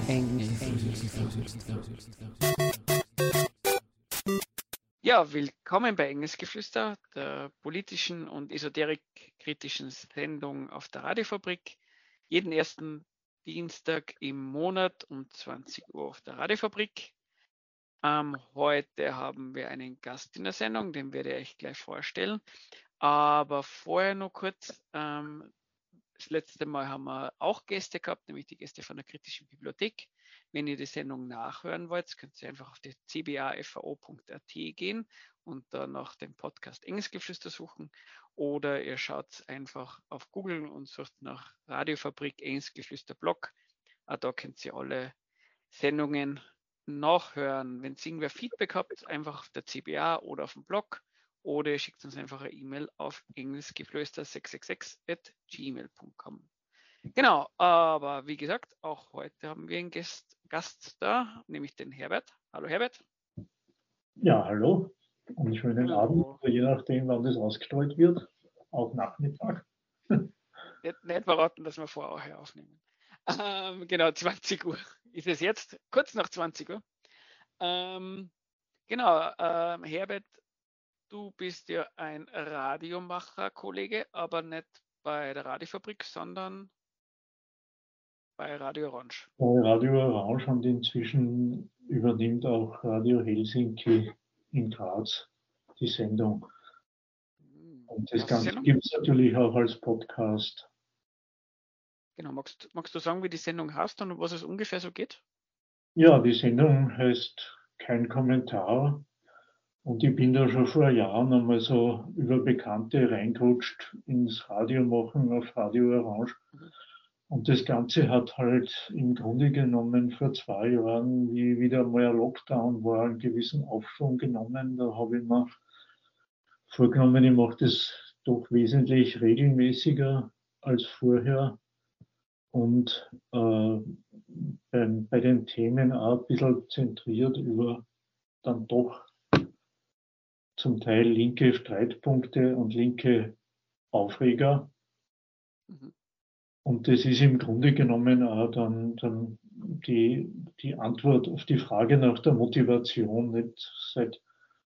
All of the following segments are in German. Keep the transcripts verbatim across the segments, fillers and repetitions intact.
Ja, willkommen bei Engelsgeflüster, der politischen und esoterik-kritischen Sendung auf der Radiofabrik. Jeden ersten Dienstag im Monat um zwanzig Uhr auf der Radiofabrik. Ähm, heute haben wir einen Gast in der Sendung, den werde ich euch gleich vorstellen. Aber vorher noch kurz, ähm, das letzte Mal haben wir auch Gäste gehabt, nämlich die Gäste von der Kritischen Bibliothek. Wenn ihr die Sendung nachhören wollt, könnt ihr einfach auf die c b a f v o punkt a t gehen und dann nach dem Podcast Engelsgeflüster suchen. Oder ihr schaut einfach auf Google und sucht nach Radiofabrik Engelsgeflüster Blog. Auch da könnt ihr alle Sendungen nachhören. Wenn ihr irgendwer Feedback habt, einfach auf der C B A oder auf dem Blog. Oder ihr schickt uns einfach eine E-Mail auf engelsgeflüster sechs sechs sechs at gmail punkt com. Genau, aber wie gesagt, auch heute haben wir einen Gast, Gast da, nämlich den Herbert. Hallo Herbert. Ja, hallo. Einen schönen Hallo. Abend, je nachdem, wann das ausgestrahlt wird. Auch Nachmittag. Nicht, nicht verraten, dass wir vorher aufnehmen. Ähm, genau, zwanzig Uhr ist es jetzt, kurz nach zwanzig Uhr. Ähm, genau, ähm, Herbert, du bist ja ein Radiomacher, Kollege, aber nicht bei der Radiofabrik, sondern bei Radio Orange. Radio Orange und inzwischen übernimmt auch Radio Helsinki in Graz die Sendung. Und das Ganze gibt es natürlich auch als Podcast. Genau, magst, magst du sagen, wie die Sendung heißt und um was es ungefähr so geht? Ja, die Sendung heißt Kein Kommentar. Und ich bin da schon vor Jahren einmal so über Bekannte reingerutscht ins Radiomachen auf Radio Orange. Mhm. Und das Ganze hat halt im Grunde genommen vor zwei Jahren, wie wieder mal ein Lockdown war, einen gewissen Aufschwung genommen. Da habe ich mir vorgenommen, ich mache das doch wesentlich regelmäßiger als vorher. Und äh, beim, bei den Themen auch ein bisschen zentriert über dann doch zum Teil linke Streitpunkte und linke Aufreger. Mhm. Und das ist im Grunde genommen auch dann, dann die, die Antwort auf die Frage nach der Motivation. Nicht seit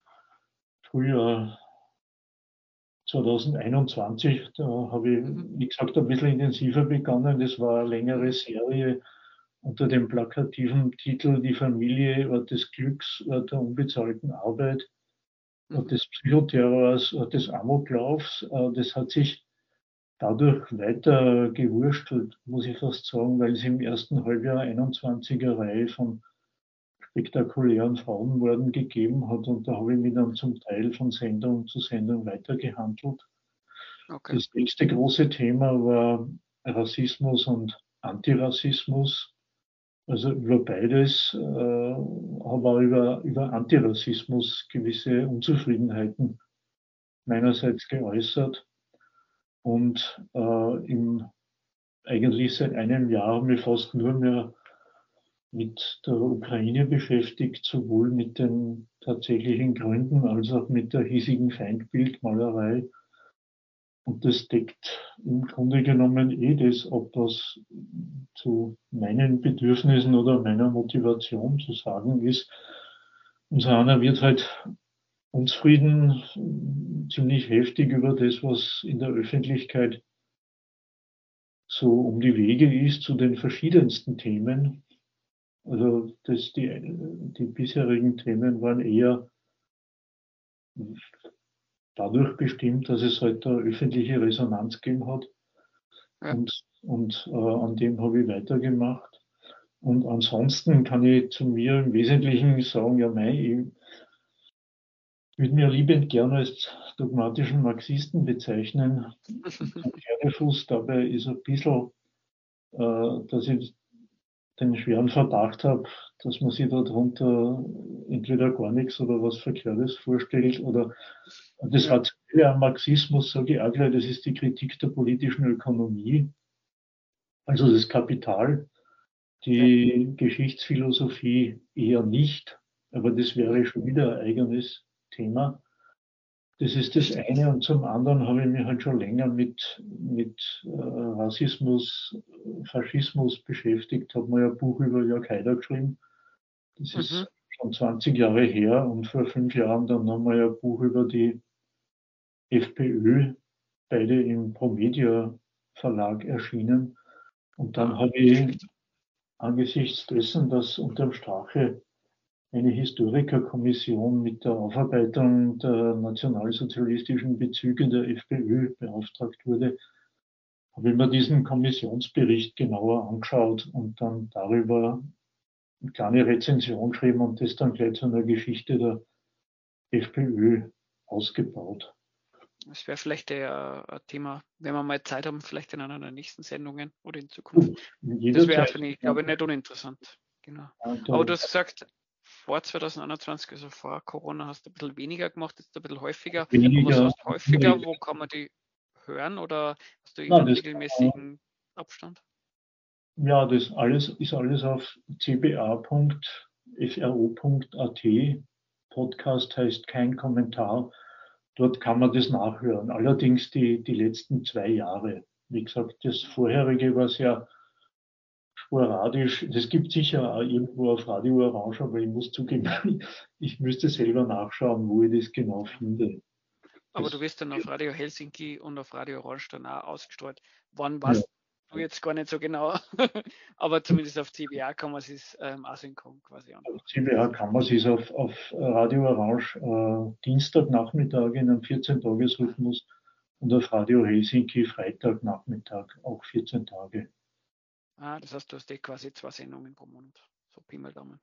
Frühjahr zwanzig einundzwanzig, da habe ich, Mhm. wie gesagt, ein bisschen intensiver begonnen. Das war eine längere Serie unter dem plakativen Titel Die Familie, Ort des Glücks, Ort der unbezahlten Arbeit, Ort Mhm. des Psychoterrors, Ort des Amoklaufs. Das hat sich dadurch weiter gewurstelt, muss ich fast sagen, weil es im ersten Halbjahr einundzwanziger Reihe von spektakulären Frauenmorden gegeben hat. Und da habe ich mich dann zum Teil von Sendung zu Sendung weitergehandelt. Okay. Das nächste große Thema war Rassismus und Antirassismus. Also über beides, äh, aber über, über Antirassismus gewisse Unzufriedenheiten meinerseits geäußert. Und äh, im, eigentlich seit einem Jahr haben wir fast nur mehr mit der Ukraine beschäftigt, sowohl mit den tatsächlichen Gründen als auch mit der hiesigen Feindbildmalerei. Und das deckt im Grunde genommen eh das ab, was zu meinen Bedürfnissen oder meiner Motivation zu sagen ist. Unser einer wird halt unzufrieden, ziemlich heftig über das, was in der Öffentlichkeit so um die Wege ist zu den verschiedensten Themen. Also das, die, die bisherigen Themen waren eher dadurch bestimmt, dass es halt eine öffentliche Resonanz gegeben hat. Ja. Und, und äh, an dem habe ich weitergemacht. Und ansonsten kann ich zu mir im Wesentlichen sagen, ja, mei, ich würde mir liebend gerne als dogmatischen Marxisten bezeichnen. Mein Pferdefuß dabei ist ein bisschen, äh, dass ich den schweren Verdacht habe, dass man sich darunter entweder gar nichts oder was Verkehrtes vorstellt oder das ja. Hat ja am Marxismus, sage ich auch gleich, das ist die Kritik der politischen Ökonomie, also das Kapital, die ja. Geschichtsphilosophie eher nicht, aber das wäre schon wieder ein eigenes Thema. Das ist das eine und zum anderen habe ich mich halt schon länger mit, mit äh, Rassismus Faschismus beschäftigt, hat man ja ein Buch über Jörg Haider geschrieben. Das Mhm. ist schon zwanzig Jahre her und vor fünf Jahren dann haben wir ja ein Buch über die FPÖ, beide im Promedia Verlag erschienen. Und dann Ah, habe ich angesichts dessen, dass unterm Strache eine Historikerkommission mit der Aufarbeitung der nationalsozialistischen Bezüge der FPÖ beauftragt wurde, habe ich mir diesen Kommissionsbericht genauer angeschaut und dann darüber eine kleine Rezension geschrieben und das dann gleich zu einer Geschichte der FPÖ ausgebaut. Das wäre vielleicht ein, ein Thema, wenn wir mal Zeit haben, vielleicht in einer der nächsten Sendungen oder in Zukunft. Das wäre, finde ich, glaube ich, nicht uninteressant. Genau. Aber du hast gesagt, vor zwanzig einundzwanzig, also vor Corona, hast du ein bisschen weniger gemacht, jetzt ein bisschen häufiger. Weniger, Aber was heißt häufiger? Wo kann man die hören oder hast du irgendeinen regelmäßigen Abstand? Ja, das alles ist alles auf c b a punkt f r o punkt a t. Podcast heißt kein Kommentar. Dort kann man das nachhören. Allerdings die, die letzten zwei Jahre. Wie gesagt, das vorherige war sehr sporadisch. Das gibt sicher auch irgendwo auf Radio Orange, aber ich muss zugeben, ich müsste selber nachschauen, wo ich das genau finde. Aber das du wirst dann auf Radio Helsinki und auf Radio Orange dann auch ausgestrahlt. Wann was? Ja. Du jetzt gar nicht so genau, aber zumindest auf C B A kann man es sich ähm, asynchron quasi anschauen. Auf C B A kann man es auf, auf Radio Orange äh, Dienstagnachmittag in einem vierzehn-Tages-Rhythmus und auf Radio Helsinki Freitagnachmittag auch vierzehn Tage. Ah, das heißt, du hast eh quasi zwei Sendungen pro Monat. So Pi mal Daumen.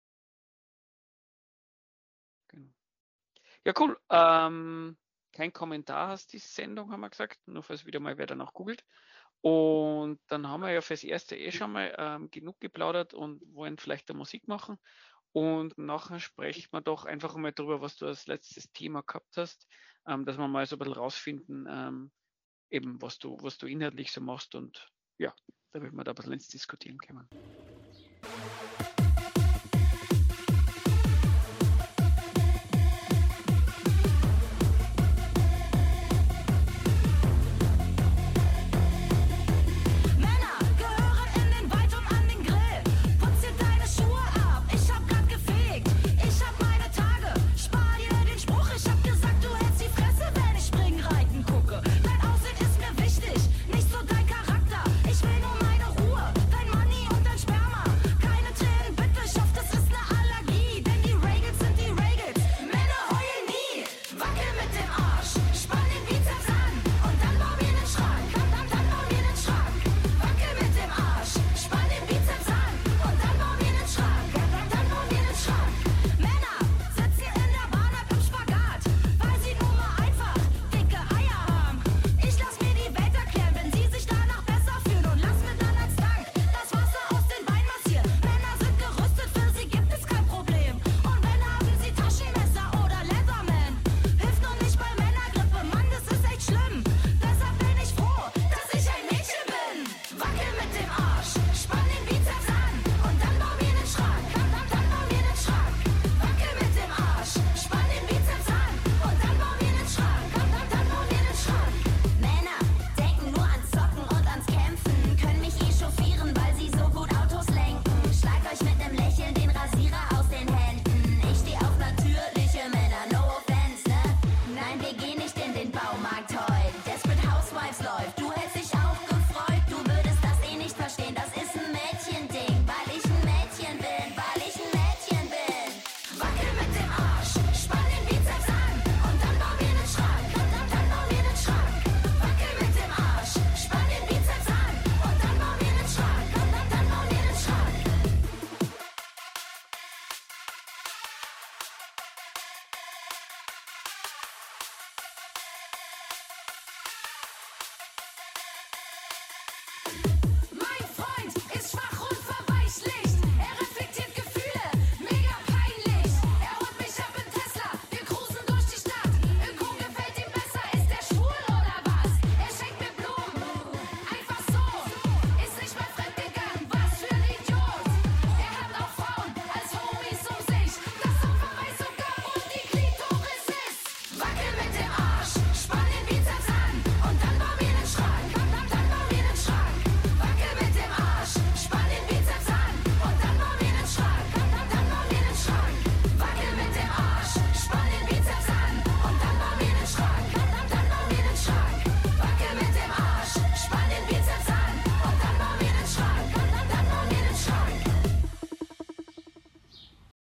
Genau. Ja, cool. Ähm, kein Kommentar hast die Sendung, haben wir gesagt, nur falls wieder mal wer danach googelt. Und dann haben wir ja fürs Erste eh schon mal ähm, genug geplaudert und wollen vielleicht da Musik machen. Und nachher sprechen wir doch einfach mal drüber, was du als letztes Thema gehabt hast, ähm, dass wir mal so ein bisschen rausfinden, ähm, eben was du, was du inhaltlich so machst. Und ja, da wird man da ein bisschen ins Diskutieren kommen. Dein Money und dein Sperma.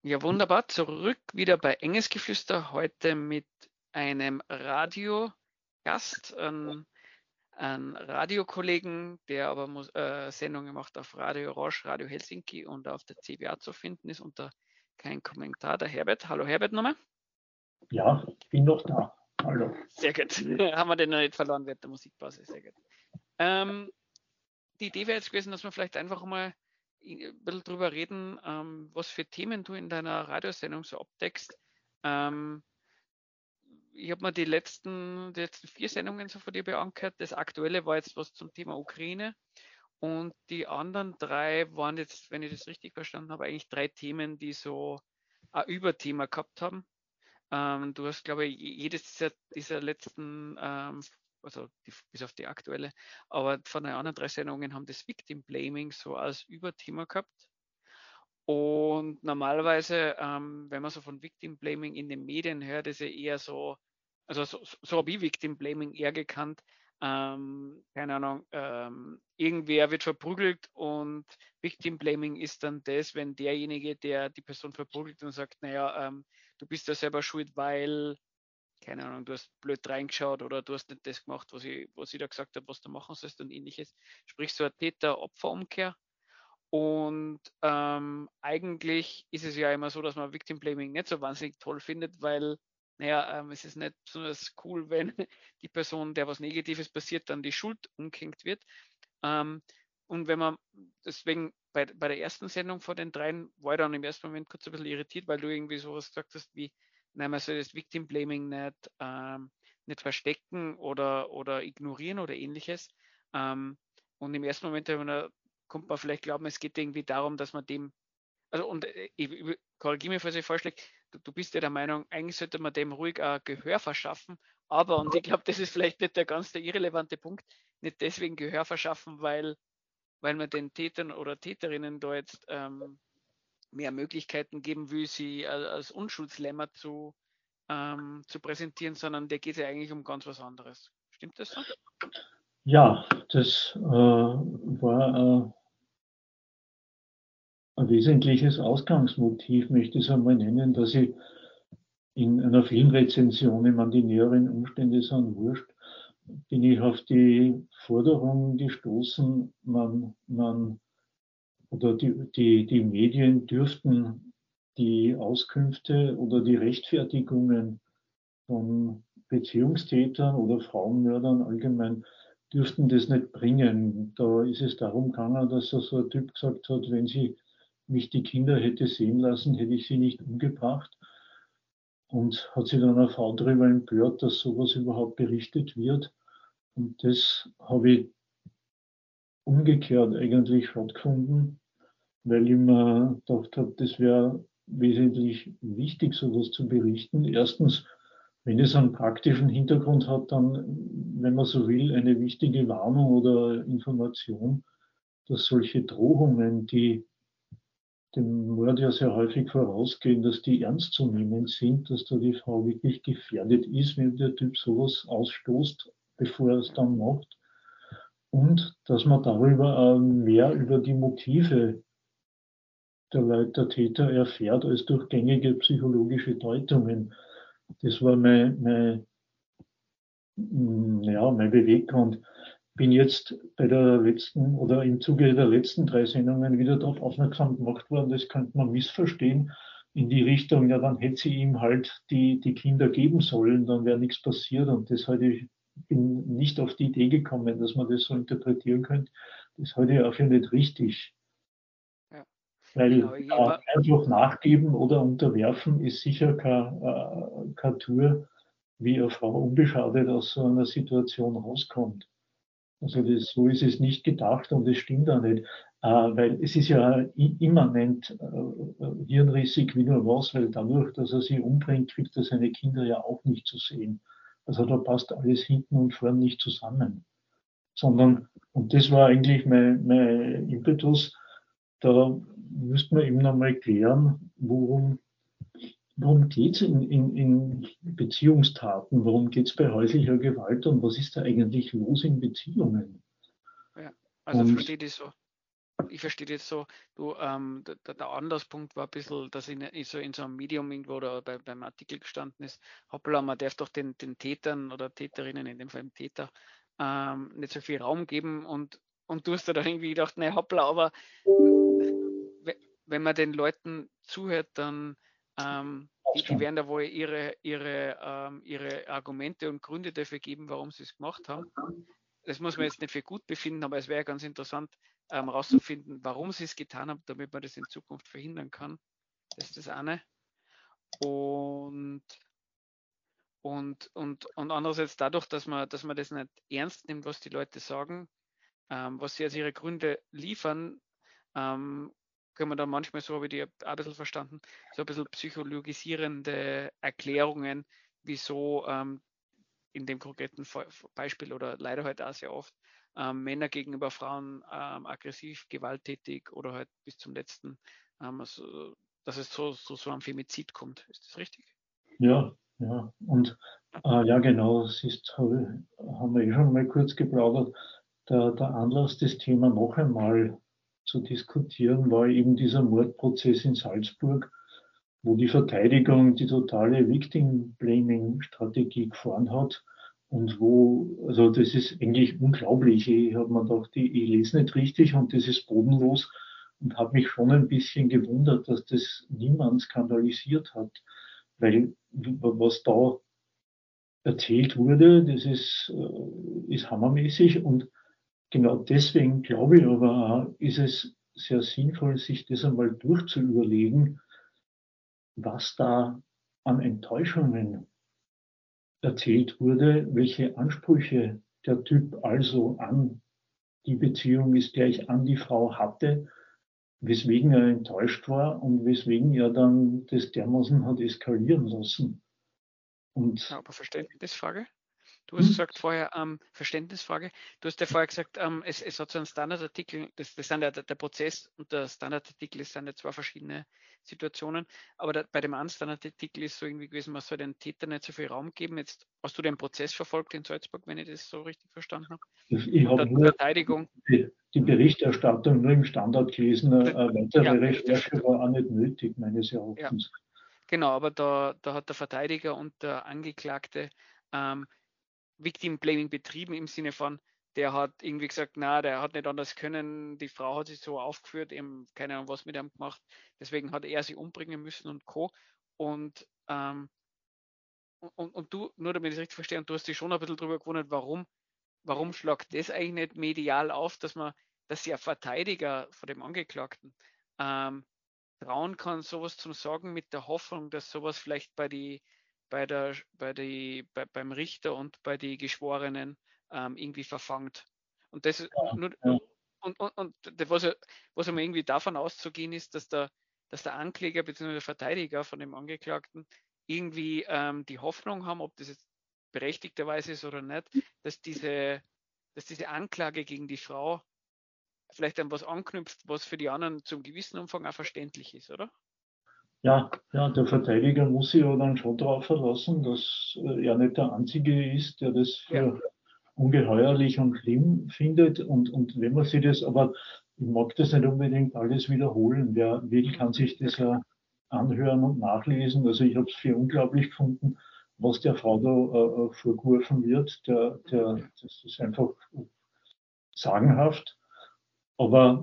Ja, wunderbar. Zurück wieder bei Engelsgeflüster, heute mit einem Radiogast, ein, ein Radiokollegen, der aber Mus äh, Sendungen macht auf Radio Orange, Radio Helsinki und auf der C B A zu finden ist unter Kein Kommentar. Der Herbert. Hallo Herbert nochmal. Ja, ich bin noch da. Hallo. Sehr gut. Haben wir den noch nicht verloren während der Musikpause. Sehr gut. Ähm, die Idee wäre jetzt gewesen, dass wir vielleicht einfach mal ein bisschen drüber reden, ähm, was für Themen du in deiner Radiosendung so abdeckst. Ähm, ich habe mir die letzten, die letzten vier Sendungen so von dir beankert. Das aktuelle war jetzt was zum Thema Ukraine und die anderen drei waren jetzt, wenn ich das richtig verstanden habe, eigentlich drei Themen, die so ein Überthema gehabt haben. Ähm, du hast, glaube ich, jedes dieser, dieser letzten, ähm, also die, bis auf die aktuelle, aber von den anderen drei Sendungen haben das Victim Blaming so als Überthema gehabt. Und normalerweise, ähm, wenn man so von Victim Blaming in den Medien hört, ist ja eher so, also so, so habe ich Victim Blaming eher gekannt. Ähm, keine Ahnung, ähm, irgendwer wird verprügelt und Victim Blaming ist dann das, wenn derjenige, der die Person verprügelt und sagt, naja, ähm, du bist ja selber schuld, weil, keine Ahnung, du hast blöd reingeschaut oder du hast nicht das gemacht, was ich, was ich da gesagt habe, was du machen sollst und ähnliches. Sprich, so eine Täter-Opfer-Umkehr. Und ähm, eigentlich ist es ja immer so, dass man Victim Blaming nicht so wahnsinnig toll findet, weil, naja, ähm, es ist nicht besonders cool, wenn die Person, der was Negatives passiert, dann die Schuld umgehängt wird. Ähm, und wenn man, deswegen bei, bei der ersten Sendung von den dreien war ich dann im ersten Moment kurz ein bisschen irritiert, weil du irgendwie sowas gesagt hast wie, nein, man soll das Victim Blaming nicht, ähm, nicht verstecken oder, oder ignorieren oder ähnliches. Ähm, und im ersten Moment habe ich mir kommt man vielleicht glauben, es geht irgendwie darum, dass man dem, also und ich, ich korrigiere mich, falls ich falsch liege, du, du bist ja der Meinung, eigentlich sollte man dem ruhig ein Gehör verschaffen, aber, und ich glaube, das ist vielleicht nicht der ganz der irrelevante Punkt, nicht deswegen Gehör verschaffen, weil, weil man den Tätern oder Täterinnen da jetzt ähm, mehr Möglichkeiten geben will, sie als Unschuldslämmer zu, ähm, zu präsentieren, sondern der geht ja eigentlich um ganz was anderes. Stimmt das so? Ja, das äh, war äh, ein wesentliches Ausgangsmotiv, möchte ich es einmal nennen, dass ich in einer Filmrezension, ich meine, die näheren Umstände sind wurscht, bin ich auf die Forderung gestoßen, man, man oder die, die, die Medien dürften die Auskünfte oder die Rechtfertigungen von Beziehungstätern oder Frauenmördern allgemein dürften das nicht bringen. Da ist es darum gegangen, dass so ein Typ gesagt hat, wenn sie mich die Kinder hätte sehen lassen, hätte ich sie nicht umgebracht. Und hat sich dann eine Frau darüber empört, dass sowas überhaupt berichtet wird. Und das habe ich umgekehrt eigentlich stattgefunden, weil ich mir gedacht habe, das wäre wesentlich wichtig, sowas zu berichten. Erstens, wenn es einen praktischen Hintergrund hat, dann, wenn man so will, eine wichtige Warnung oder Information, dass solche Drohungen, die dem Mord ja sehr häufig vorausgehen, dass die ernst zu nehmen sind, dass da die Frau wirklich gefährdet ist, wenn der Typ sowas ausstoßt, bevor er es dann macht. Und dass man darüber mehr über die Motive der Leute, der Täter erfährt, als durch gängige psychologische Deutungen. Das war mein, mein, ja, mein Beweggrund. Bin jetzt bei der letzten oder im Zuge der letzten drei Sendungen wieder darauf aufmerksam gemacht worden, das könnte man missverstehen in die Richtung, ja, dann hätte sie ihm halt die, die Kinder geben sollen, dann wäre nichts passiert. Und das halte ich, bin nicht auf die Idee gekommen, dass man das so interpretieren könnte. Das halte ich auch für nicht richtig. Ja. Weil Genau, ich äh, war, einfach nachgeben oder unterwerfen ist sicher keine, äh, keine Tour, wie eine Frau unbeschadet aus so einer Situation rauskommt. Also das, so ist es nicht gedacht und das stimmt auch nicht, äh, weil es ist ja immanent äh, hirnrissig wie nur was, weil dadurch, dass er sie umbringt, kriegt er seine Kinder ja auch nicht zu sehen. Also da passt alles hinten und vorn nicht zusammen. Sondern, und das war eigentlich mein, mein Impetus, da müsste man eben nochmal klären, worum, worum geht es in, in, in Beziehungstaten, worum geht es bei häuslicher Gewalt und was ist da eigentlich los in Beziehungen? ja, also Und verstehe ich so. ich verstehe das so, du, ähm, der, der Anlasspunkt war ein bisschen, dass in, in, so, in so einem Medium irgendwo oder bei, beim Artikel gestanden ist, hoppla, man darf doch den, den Tätern oder Täterinnen, in dem Fall dem Täter, ähm, nicht so viel Raum geben und, und du hast da irgendwie gedacht, ne, hoppla, aber wenn man den Leuten zuhört, dann ähm, die, die werden da wohl ihre, ihre, ähm, ihre Argumente und Gründe dafür geben, warum sie es gemacht haben. Das muss man jetzt nicht für gut befinden, aber es wäre ganz interessant, ähm, rauszufinden, warum sie es getan haben, damit man das in Zukunft verhindern kann. Das ist das eine. Und, und, und, und andererseits dadurch, dass man, dass man das nicht ernst nimmt, was die Leute sagen, ähm, was sie als ihre Gründe liefern, ähm, können wir dann manchmal, so habe ich die auch ein bisschen verstanden, so ein bisschen psychologisierende Erklärungen, wieso ähm, in dem konkreten Beispiel oder leider halt auch sehr oft ähm, Männer gegenüber Frauen ähm, aggressiv, gewalttätig oder halt bis zum letzten, ähm, also, dass es so, so, so am Femizid kommt. Ist das richtig? Ja, ja. Und äh, ja, genau, das ist, haben wir eh schon mal kurz geplaudert. Der, der Anlass, das Thema noch einmal zu diskutieren, war eben dieser Mordprozess in Salzburg, wo die Verteidigung die totale Victim-Blaming-Strategie gefahren hat und wo, also das ist eigentlich unglaublich. Ich habe mir gedacht, ich, ich lese nicht richtig und das ist bodenlos und habe mich schon ein bisschen gewundert, dass das niemand skandalisiert hat, weil was da erzählt wurde, das ist, äh, ist hammermäßig und genau deswegen glaube ich aber auch, ist es sehr sinnvoll, sich das einmal durchzuüberlegen, was da an Enttäuschungen erzählt wurde, welche Ansprüche der Typ also an die Beziehung ist, der ich an die Frau hatte, weswegen er enttäuscht war und weswegen er dann das dermaßen hat eskalieren lassen. Ja, Und aber Verständnisfrage? Du hast hm, gesagt vorher, ähm, Verständnisfrage, du hast ja vorher gesagt, ähm, es, es hat so einen Standardartikel, das, das sind ja der, der Prozess und der Standardartikel, das sind ja zwei verschiedene Situationen, aber da, bei dem einen Standardartikel ist so irgendwie gewesen, man soll den Täter nicht so viel Raum geben. Jetzt hast du den Prozess verfolgt in Salzburg, wenn ich das so richtig verstanden habe. ich Und habe da die nur Verteidigung, die, die hm? Berichterstattung nur im Standard gelesen, eine Ja, weitere das, das, Recherche war auch nicht nötig, meines ja, Erachtens. genau, aber da, da hat der Verteidiger und der Angeklagte ähm, Victim Blaming betrieben im Sinne von, der hat irgendwie gesagt, na, der hat nicht anders können, die Frau hat sich so aufgeführt, eben keine Ahnung, was mit ihm gemacht, deswegen hat er sie umbringen müssen und Co. Und, ähm, und, und du, nur damit ich es richtig verstehe, und du hast dich schon ein bisschen drüber gewundert, warum, warum schlagt das eigentlich nicht medial auf, dass man, dass sich ein Verteidiger von dem Angeklagten ähm, trauen kann, sowas zu sagen, mit der Hoffnung, dass sowas vielleicht bei die, bei der, bei die, bei, beim Richter und bei die Geschworenen ähm, irgendwie verfangt. Und das nur, Ja, und, und, und was, was einmal irgendwie davon auszugehen ist, dass der, dass der Ankläger bzw. der Verteidiger von dem Angeklagten irgendwie ähm, die Hoffnung haben, ob das jetzt berechtigterweise ist oder nicht, dass diese, dass diese Anklage gegen die Frau vielleicht an was anknüpft, was für die anderen zum gewissen Umfang auch verständlich ist, oder? ja, ja, der Verteidiger muss sich ja dann schon darauf verlassen, dass äh, er nicht der Einzige ist, der das Ja, für ungeheuerlich und schlimm findet. Und, und wenn man sich das, aber ich mag das nicht unbedingt alles wiederholen. Wer will, mhm. kann sich Ja das klar. ja anhören und nachlesen. Also ich habe es für unglaublich gefunden, was der Frau da äh, äh, vorgeworfen wird. Der, der, Ja. das ist einfach sagenhaft. Aber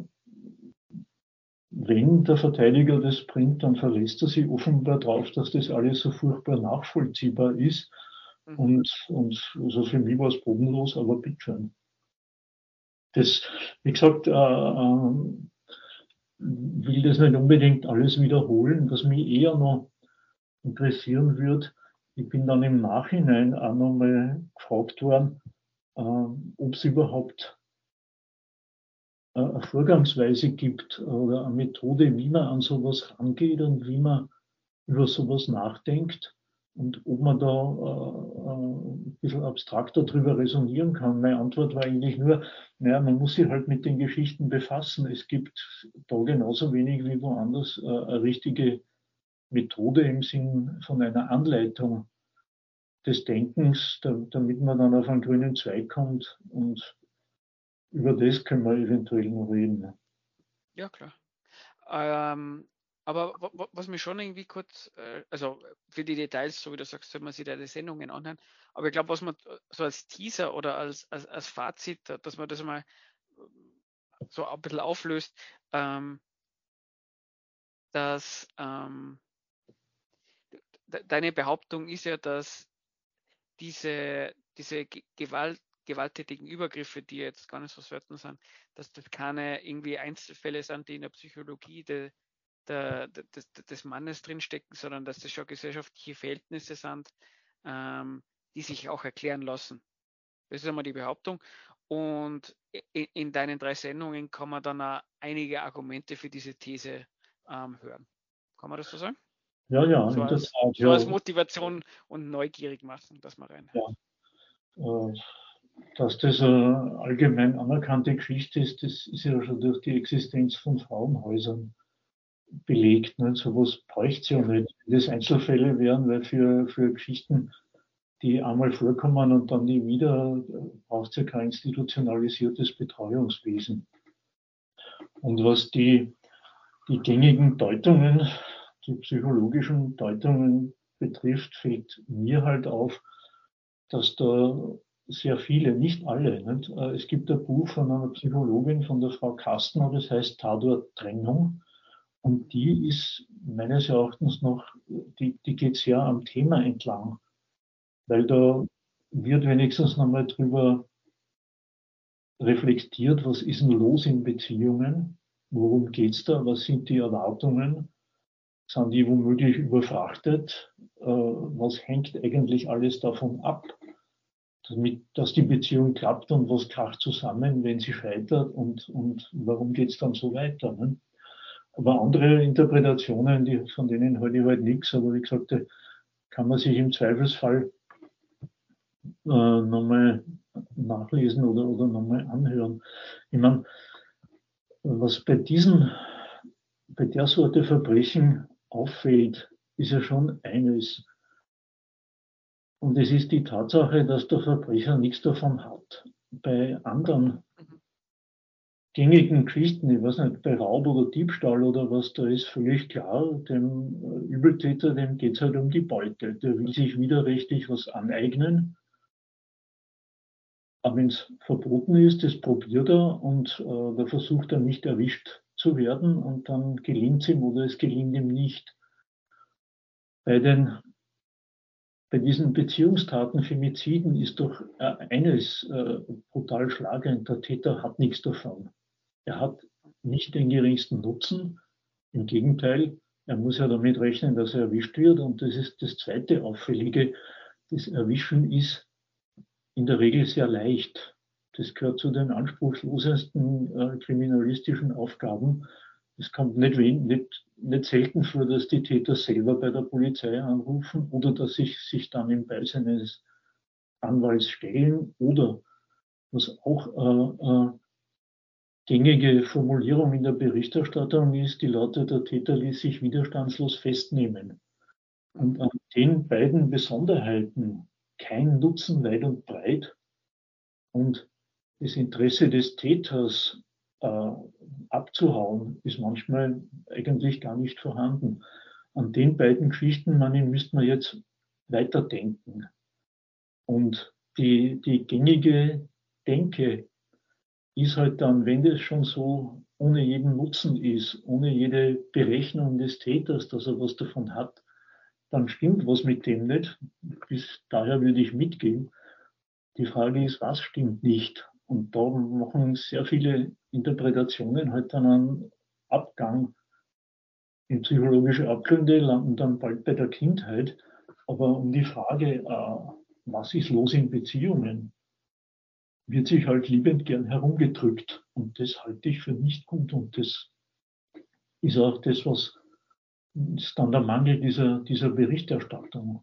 wenn der Verteidiger das bringt, dann verlässt er sich offenbar darauf, dass das alles so furchtbar nachvollziehbar ist. Mhm. Und, und also für mich war es bodenlos, aber bitteschön. Das, wie gesagt, äh, äh, will das nicht unbedingt alles wiederholen. Was mich eher noch interessieren würde, ich bin dann im Nachhinein auch nochmal gefragt worden, äh, ob es überhaupt äh, eine Vorgangsweise gibt oder eine Methode, wie man an sowas rangeht und wie man über sowas nachdenkt und ob man da äh, ein bisschen abstrakter drüber resonieren kann. Meine Antwort war eigentlich nur, naja, man muss sich halt mit den Geschichten befassen. Es gibt da genauso wenig wie woanders äh, eine richtige Methode im Sinn von einer Anleitung des Denkens, da, damit man dann auf einen grünen Zweig kommt und über das können wir eventuell noch reden. Ja, klar. Ähm, aber wa- wa- was mich schon irgendwie kurz, äh, also für die Details, so wie du sagst, soll man sich da die Sendungen anhören. Aber ich glaube, was man äh, so als Teaser oder als, als, als Fazit, äh, dass man das mal ähm, so ein bisschen auflöst, ähm, dass ähm, de- deine Behauptung ist ja, dass diese, diese Ge- Gewalt, gewalttätigen Übergriffe, die jetzt gar nicht so selten sind, dass das keine irgendwie Einzelfälle sind, die in der Psychologie de, der, des, des Mannes drinstecken, sondern dass das schon gesellschaftliche Verhältnisse sind, ähm, die sich auch erklären lassen. Das ist einmal die Behauptung. Und in, in deinen drei Sendungen kann man dann auch einige Argumente für diese These ähm, hören. Kann man das so sagen? Ja, ja, So in der als, Tat, so als ja, Motivation und neugierig machen, dass man reinhört. ja. Äh, Dass das eine allgemein anerkannte Geschichte ist, das ist ja schon durch die Existenz von Frauenhäusern belegt. Ne? Sowas bräuchte es ja Ja. nicht, wenn das Einzelfälle wären, weil für, für Geschichten, die einmal vorkommen und dann nie wieder, braucht es ja kein institutionalisiertes Betreuungswesen. Und was die, die gängigen Deutungen, die psychologischen Deutungen betrifft, fällt mir halt auf, dass da sehr viele, nicht alle, nicht? Es gibt ein Buch von einer Psychologin, von der Frau Kastner, das heißt Tatort Trennung. Und die ist meines Erachtens noch, die, die geht sehr am Thema entlang, weil da wird wenigstens nochmal drüber reflektiert, was ist denn los in Beziehungen, worum geht's da, was sind die Erwartungen, sind die womöglich überfrachtet, äh, was hängt eigentlich alles davon ab, damit, dass die Beziehung klappt und was kracht zusammen, wenn sie scheitert und, und warum geht's dann so weiter. Ne? Aber andere Interpretationen, die, von denen halte ich halt nichts, aber wie gesagt, da kann man sich im Zweifelsfall äh, nochmal nachlesen oder, oder nochmal anhören. Ich meine, was bei diesen, bei der Sorte Verbrechen auffällt, ist ja schon eines. Und es ist die Tatsache, dass der Verbrecher nichts davon hat. Bei anderen Mhm. gängigen Geschichten, ich weiß nicht, bei Raub oder Diebstahl oder was, da ist völlig klar, dem Übeltäter, dem geht es halt um die Beute. Der will sich widerrechtlich was aneignen. Aber wenn es verboten ist, das probiert er und äh, da versucht er nicht erwischt zu werden und dann gelingt es ihm oder es gelingt ihm nicht. Bei, den, bei diesen Beziehungstaten, Femiziden ist doch äh, eines äh, brutal schlagend, der Täter hat nichts davon. Er hat nicht den geringsten Nutzen. Im Gegenteil, er muss ja damit rechnen, dass er erwischt wird. Und das ist das zweite Auffällige. Das Erwischen ist in der Regel sehr leicht. Das gehört zu den anspruchslosesten äh, kriminalistischen Aufgaben. Es kommt nicht, nicht, nicht selten vor, dass die Täter selber bei der Polizei anrufen oder dass sie sich dann im Beisein eines Anwalts stellen oder was auch äh, äh, gängige Formulierung in der Berichterstattung ist, die lautet, der Täter ließ sich widerstandslos festnehmen. Und Mhm. an den beiden Besonderheiten, kein Nutzen weit und breit und das Interesse des Täters äh, abzuhauen, ist manchmal eigentlich gar nicht vorhanden. An den beiden Geschichten, meine ich, müsste man jetzt weiterdenken. Und die, die gängige Denke ist halt dann, wenn das schon so ohne jeden Nutzen ist, ohne jede Berechnung des Täters, dass er was davon hat, dann stimmt was mit dem nicht. Bis daher würde ich mitgehen. Die Frage ist, was stimmt nicht? Und da machen sehr viele Interpretationen halt dann einen Abgang in psychologische Abgründe, landen dann bald bei der Kindheit. Aber um die Frage, äh, was ist los in Beziehungen, wird sich halt liebend gern herumgedrückt. Und das halte ich für nicht gut. Und das ist auch das, was ist dann der Mangel dieser, dieser Berichterstattung.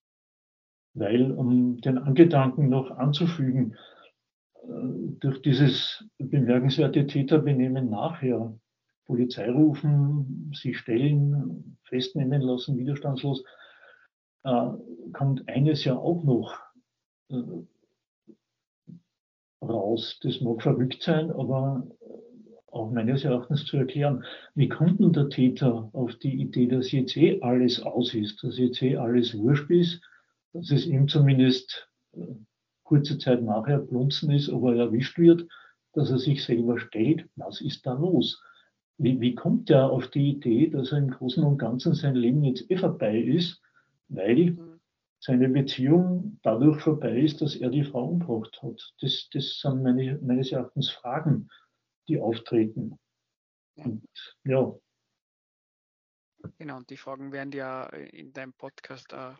Weil, um den Angedanken noch anzufügen, äh, durch dieses bemerkenswerte Täterbenehmen nachher, Polizei rufen, sich stellen, festnehmen lassen, widerstandslos, äh, kommt eines ja auch noch äh, raus. Das mag verrückt sein, aber auch meines Erachtens zu erklären. Wie kommt denn der Täter auf die Idee, dass jetzt eh alles aus ist, dass jetzt eh alles wurscht ist, dass es ihm zumindest äh, kurze Zeit nachher plunzen ist, aber er erwischt wird, dass er sich selber stellt, was ist da los? Wie, wie kommt er auf die Idee, dass er im Großen und Ganzen sein Leben jetzt eh vorbei ist, weil seine Beziehung dadurch vorbei ist, dass er die Frau umgebracht hat? Das, das sind meine, meines Erachtens Fragen, die auftreten. Und, ja. Genau, und die Fragen werden ja in deinem Podcast auch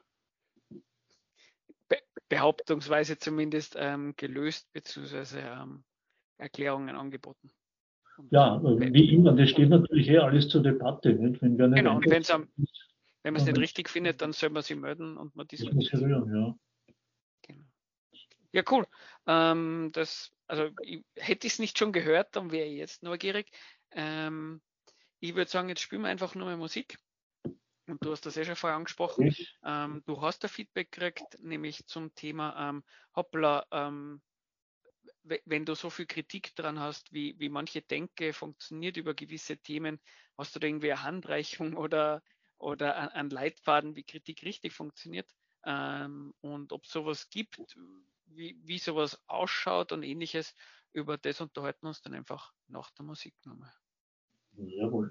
be behauptungsweise zumindest ähm, gelöst, beziehungsweise ähm, Erklärungen angeboten. Und ja, wie immer, das steht natürlich eh alles zur Debatte. Nicht? Wenn wir nicht genau, und wenn's am, wenn man es nicht ja, richtig findet, dann soll man sich melden und man diskutiert. Ja. Genau. Ja, cool. Ähm, das, also ich, hätte ich es nicht schon gehört, dann wäre ich jetzt neugierig. Ähm, ich würde sagen, jetzt spielen wir einfach nur mal Musik. Und du hast das eh schon vorher angesprochen. Ähm, du hast ein Feedback gekriegt, nämlich zum Thema ähm, hoppla, ähm, wenn du so viel Kritik dran hast, wie, wie manche Denke funktioniert über gewisse Themen, hast du da irgendwie eine Handreichung oder, oder einen Leitfaden, wie Kritik richtig funktioniert, ähm, und ob es sowas gibt, wie, wie sowas ausschaut und ähnliches. Über das unterhalten wir uns dann einfach nach der Musik nochmal. Jawohl.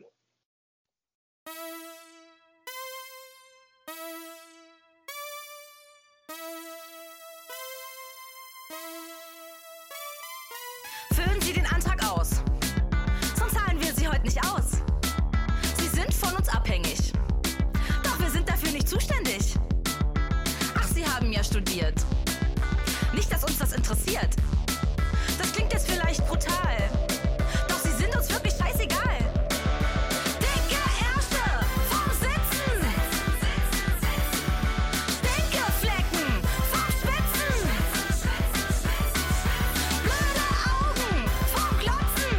Füllen Sie den Antrag aus. Sonst zahlen wir Sie heute nicht aus. Sie sind von uns abhängig. Doch wir sind dafür nicht zuständig. Ach, Sie haben ja studiert. Nicht, dass uns das interessiert. Das klingt jetzt vielleicht brutal. Doch Sie sind uns wirklich scheißegal. Dicke Ärsche vom Sitzen. Dicke Flecken vom Schwitzen. Blöde Augen vom Glotzen.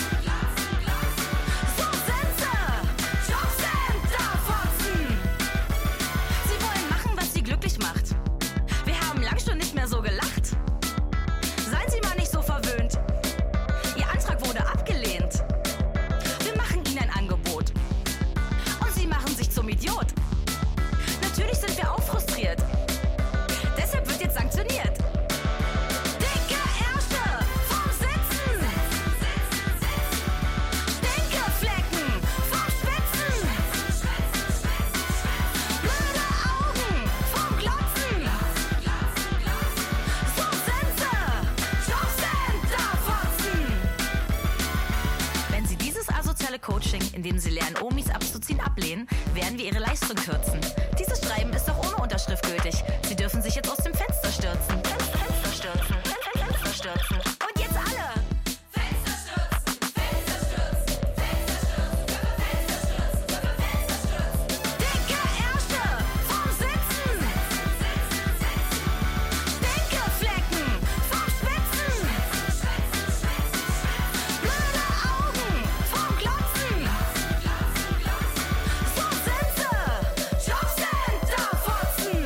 So sind sie. Jobcenter-Fotzen. Sie wollen machen, was sie glücklich macht. Wir haben lang schon nicht mehr so gelacht. Seien Sie mal nicht so verwöhnt. Ihr Antrag wurde abgelehnt. Wir machen Ihnen ein Angebot. Und Sie machen sich zum Idiot. Natürlich sind wir auch frustriert. Deshalb wird jetzt sanktioniert. Dicke Ärsche vom Sitzen. Dicke Flecken vom Schwitzen. Blöde Augen vom Glotzen. So sind sie. Jobcenter-Fotzen. Wenn Sie dieses asoziale Coaching, in dem Sie lernen, Omis abzuziehen, ablehnen, werden wir Ihre Leistung kürzen. Dieses Schreiben ist auch ohne Unterschrift gültig. Sie dürfen sich jetzt aus dem Fenster stürzen. Fenster stürzen. Fenster stürzen. Und jetzt alle. Fenster stürzen. Fenster stürzen. Fenster stürzen. Fenster stürzen. Dicke Ärsche vom Sitzen. Dicke Flecken vom Schwitzen. Blöde Augen vom Glotzen. So sind sie. Jobcenter-Fotzen.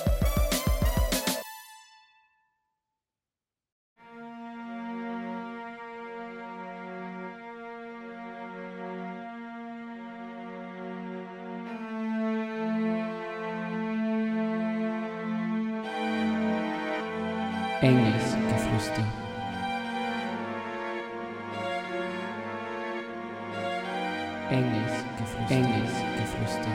Engelsgeflüster. Engelsgeflüster. Engelsgeflüster.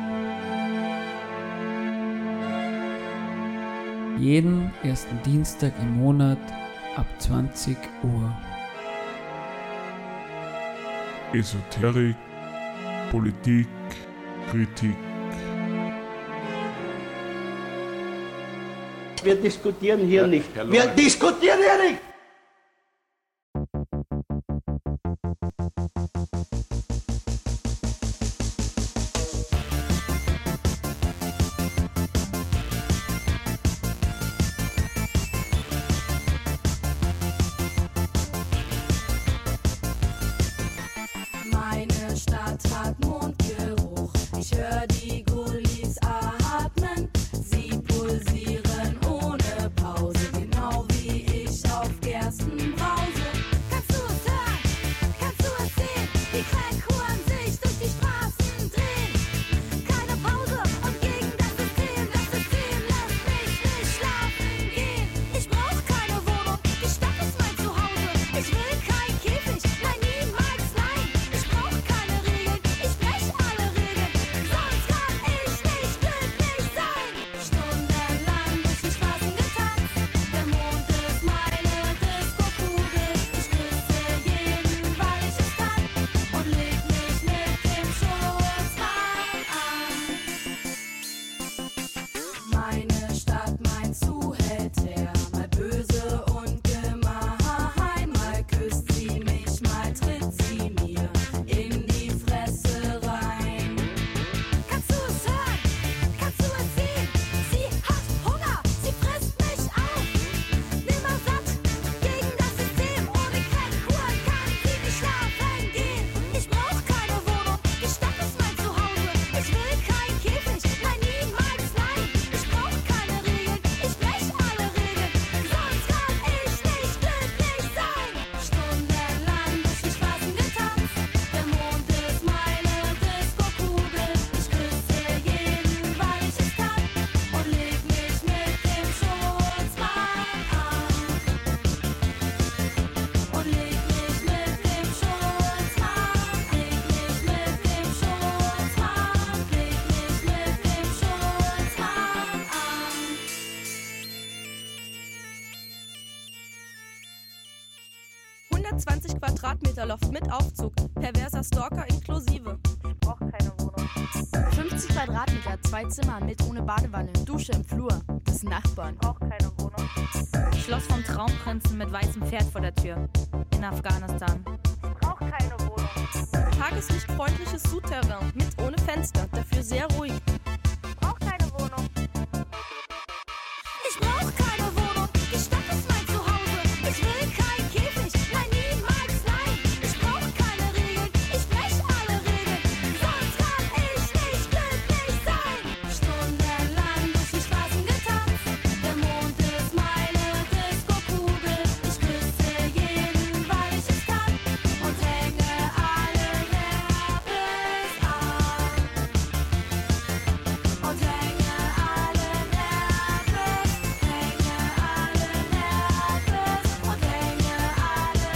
Jeden ersten Dienstag im Monat ab zwanzig Uhr. Esoterik, Politik, Kritik. Wir diskutieren hier Herr- nicht. Herr Wir Lohr. diskutieren hier nicht! Meine Stadt hat Mondgeruch. Ich höre die Gullis atmen. Sie pulsieren ohne Pause, genau wie ich auf Gärten. Quadratmeter Loft mit Aufzug, perverser Stalker inklusive. Ich brauch keine Wohnung. fünfzig Quadratmeter, zwei Zimmer mit ohne Badewanne, Dusche im Flur, das sind Nachbarn. Ich brauch keine Wohnung. Schloss vom Traumprinzen mit weißem Pferd vor der Tür. In Afghanistan. Ich brauch keine Wohnung. Tageslichtfreundliches Souterrain mit ohne Fenster, dafür sehr ruhig. Ich brauch keine Wohnung. Ich brauch keine Wohnung, die Stadt ist mein Zuhause. Ich will kein Käfig, nein, niemals, nein. Ich brauch keine Regeln, ich brech alle Regeln. Sonst kann ich nicht glücklich sein. Stundenlang durch die Straßen getanzt. Der Mond ist meine Disco-Kugel. Ich küsse jeden, weil ich es kann. Und hänge alle Nerven an. Und hänge alle Nerven, hänge alle Nerven und hänge alle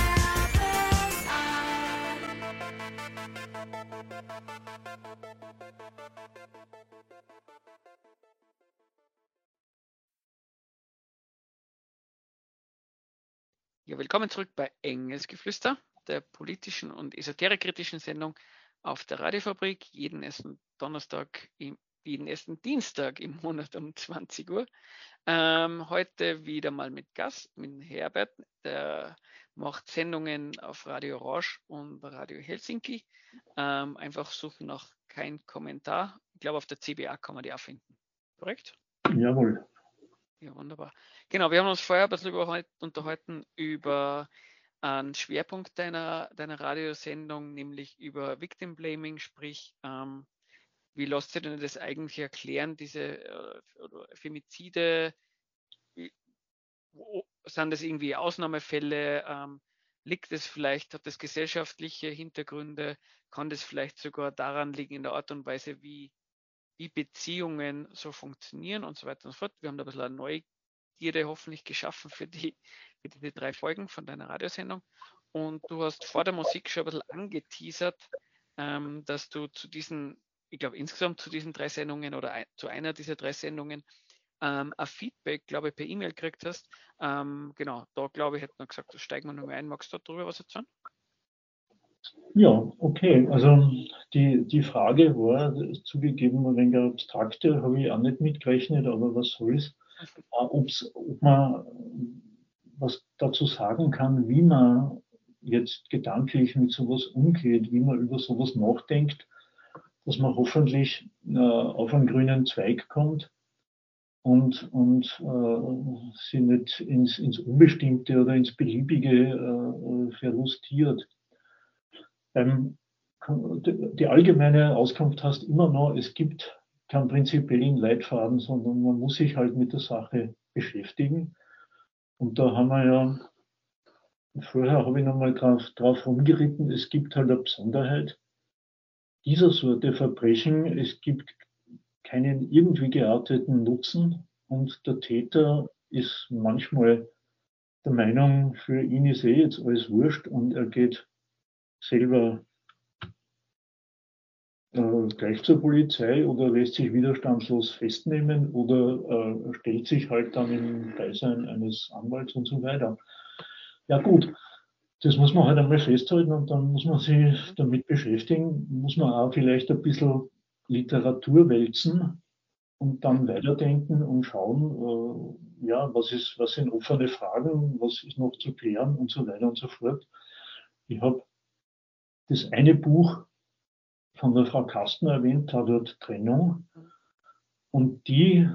Ja, willkommen zurück bei Engelsgeflüster, der politischen und esoterikkritischen Sendung auf der Radiofabrik, jeden ersten Donnerstag, im, jeden ersten Dienstag im Monat um zwanzig Uhr. Ähm, heute wieder mal mit Gast, mit Herbert, der macht Sendungen auf Radio Orange und Radio Helsinki. Ähm, einfach suchen nach kein Kommentar. Ich glaube, auf der C B A kann man die auch finden. Korrekt? Jawohl. Ja, wunderbar. Genau, wir haben uns vorher ein bisschen über, unterhalten über einen Schwerpunkt deiner, deiner Radiosendung, nämlich über Victim Blaming, sprich, ähm, wie lässt sich denn das eigentlich erklären, diese äh, Femizide, wie, wo, sind das irgendwie Ausnahmefälle, ähm, liegt es vielleicht, hat das gesellschaftliche Hintergründe, kann das vielleicht sogar daran liegen in der Art und Weise, wie wie Beziehungen so funktionieren und so weiter und so fort. Wir haben da ein bisschen eine Neugierde hoffentlich geschaffen für die, für die drei Folgen von deiner Radiosendung. Und du hast vor der Musik schon ein bisschen angeteasert, ähm, dass du zu diesen, ich glaube insgesamt zu diesen drei Sendungen oder ein, zu einer dieser drei Sendungen ähm, ein Feedback, glaube ich, per E-Mail gekriegt hast. Ähm, genau, da glaube ich, hätte man gesagt, da steigen wir nochmal ein. Magst du darüber was erzählen? Ja, okay. Also die, die Frage war zugegeben ein wenig abstrakter, habe ich auch nicht mitgerechnet, aber was soll's. Ob's, ob man was dazu sagen kann, wie man jetzt gedanklich mit sowas umgeht, wie man über sowas nachdenkt, dass man hoffentlich äh, auf einen grünen Zweig kommt und, und äh, sie nicht ins, ins Unbestimmte oder ins Beliebige äh, verlustiert. Ähm, die allgemeine Auskunft heißt immer noch, es gibt keinen prinzipiellen Leitfaden, sondern man muss sich halt mit der Sache beschäftigen. Und da haben wir ja, vorher habe ich nochmal drauf, drauf rumgeritten, es gibt halt eine Besonderheit dieser Sorte Verbrechen. Es gibt keinen irgendwie gearteten Nutzen und der Täter ist manchmal der Meinung, für ihn ist eh jetzt alles wurscht und er geht selber äh, gleich zur Polizei oder lässt sich widerstandslos festnehmen oder äh, stellt sich halt dann im Beisein eines Anwalts und so weiter. Ja gut, das muss man halt einmal festhalten und dann muss man sich damit beschäftigen, muss man auch vielleicht ein bisschen Literatur wälzen und dann weiterdenken und schauen, äh, ja, was ist, was sind offene Fragen, was ist noch zu klären und so weiter und so fort. Ich habe das eine Buch von der Frau Kastner erwähnt, Tatort Trennung. Und die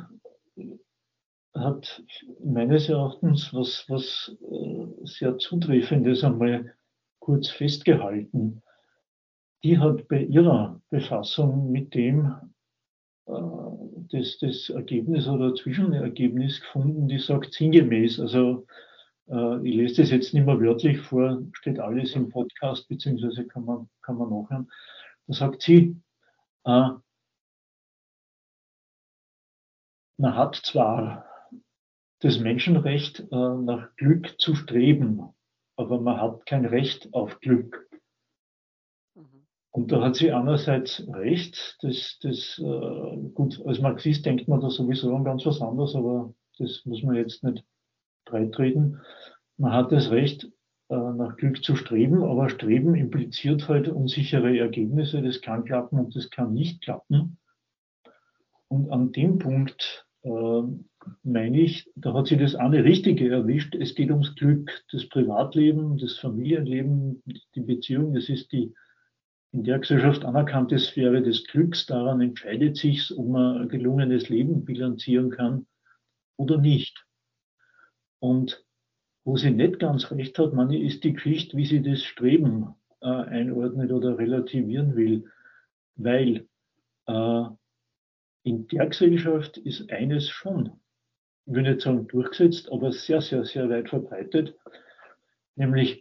hat meines Erachtens was, was äh, sehr Zutreffendes einmal kurz festgehalten. Die hat bei ihrer Befassung mit dem äh, das, das Ergebnis oder Zwischenergebnis gefunden, die sagt sinngemäß, also ich lese das jetzt nicht mehr wörtlich vor, steht alles im Podcast, beziehungsweise kann man, kann man nachhören. Da sagt sie, äh, man hat zwar das Menschenrecht, äh, nach Glück zu streben, aber man hat kein Recht auf Glück. Und da hat sie einerseits recht, das, das, äh, gut, als Marxist denkt man da sowieso an ganz was anderes, aber das muss man jetzt nicht breitreden. Man hat das Recht, äh, nach Glück zu streben, aber Streben impliziert halt unsichere Ergebnisse, das kann klappen und das kann nicht klappen. Und an dem Punkt äh, meine ich, da hat sie das eine Richtige erwischt. Es geht ums Glück, das Privatleben, das Familienleben, die Beziehung, das ist die in der Gesellschaft anerkannte Sphäre des Glücks. Daran entscheidet sich, ob man ein gelungenes Leben bilanzieren kann oder nicht. Und wo sie nicht ganz recht hat, meine, ist die Geschichte, wie sie das Streben äh, einordnet oder relativieren will. Weil äh, in der Gesellschaft ist eines schon, ich will nicht sagen durchgesetzt, aber sehr, sehr, sehr weit verbreitet, nämlich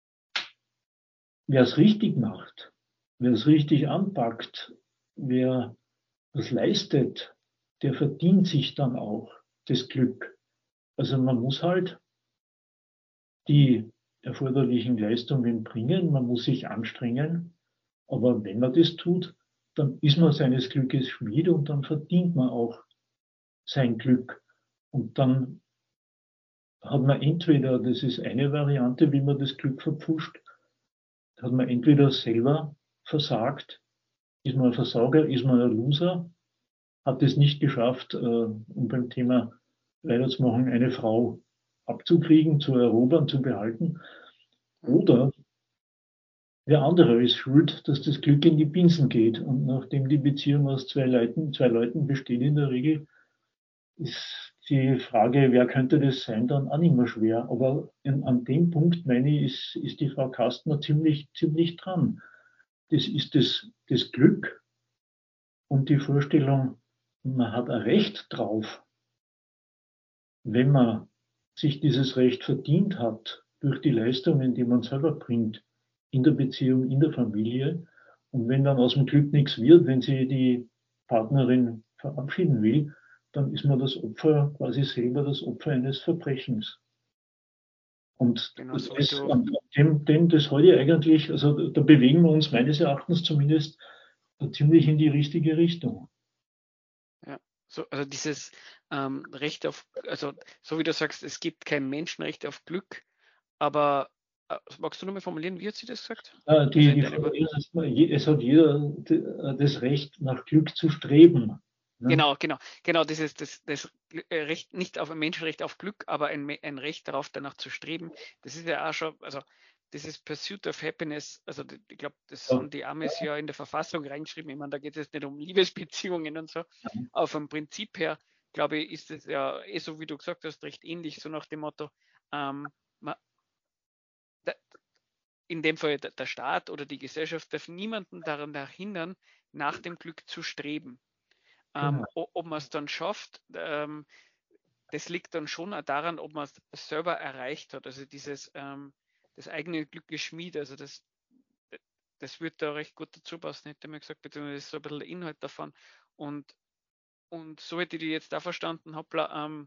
wer es richtig macht, wer es richtig anpackt, wer das leistet, der verdient sich dann auch das Glück. Also man muss halt die erforderlichen Leistungen bringen, man muss sich anstrengen, aber wenn man das tut, dann ist man seines Glückes Schmied und dann verdient man auch sein Glück. Und dann hat man entweder, das ist eine Variante, wie man das Glück verpfuscht, hat man entweder selber versagt, ist man ein Versager, ist man ein Loser, hat es nicht geschafft, äh, um beim Thema weiterzumachen, eine Frau abzukriegen, zu erobern, zu behalten. Oder der andere ist schuld, dass das Glück in die Binsen geht. Und nachdem die Beziehung aus zwei Leuten, zwei Leuten besteht in der Regel, ist die Frage, wer könnte das sein, dann auch nicht mehr schwer. Aber in, an dem Punkt, meine ich, ist, ist die Frau Kastner ziemlich, ziemlich dran. Das ist das, das Glück und die Vorstellung, man hat ein Recht drauf, wenn man sich dieses Recht verdient hat, durch die Leistungen, die man selber bringt, in der Beziehung, in der Familie. Und wenn dann aus dem Glück nichts wird, wenn sie die Partnerin verabschieden will, dann ist man das Opfer, quasi selber das Opfer eines Verbrechens. Und Genau, das, so ist, du- an dem, dem das heute eigentlich, also da bewegen wir uns meines Erachtens zumindest ziemlich in die richtige Richtung. Ja, so, also dieses ähm, Recht auf, also so wie du sagst, es gibt kein Menschenrecht auf Glück, aber äh, magst du nochmal formulieren, wie hat sie das gesagt? Äh, die, Also in die deinen Frage Worten. ist, je- es hat jeder das Recht, nach Glück zu streben. Ne? Genau, genau, genau, dieses das, das äh, Recht, nicht auf ein Menschenrecht auf Glück, aber ein, Me- ein Recht darauf, danach zu streben. Das ist ja auch schon, also dieses Pursuit of Happiness, also die- ich glaube, das Ja. haben die Amis ja in der Verfassung reingeschrieben. Ich meine, da geht es jetzt nicht um Liebesbeziehungen und so, aber vom Prinzip her, glaube ich, ist es ja eh so, wie du gesagt hast, recht ähnlich, so nach dem Motto, ähm, man, da, in dem Fall der, der Staat oder die Gesellschaft darf niemanden daran hindern, nach dem Glück zu streben. Ähm, Genau. o- ob man es dann schafft, ähm, das liegt dann schon auch daran, ob man es selber erreicht hat. Also dieses ähm, das eigene Glück geschmiedet, also das, das wird da recht gut dazu passen, hätte ich mir gesagt, beziehungsweise das ist so ein bisschen der Inhalt davon. Und, und so hätte ich die jetzt da verstanden, hoppla, ähm,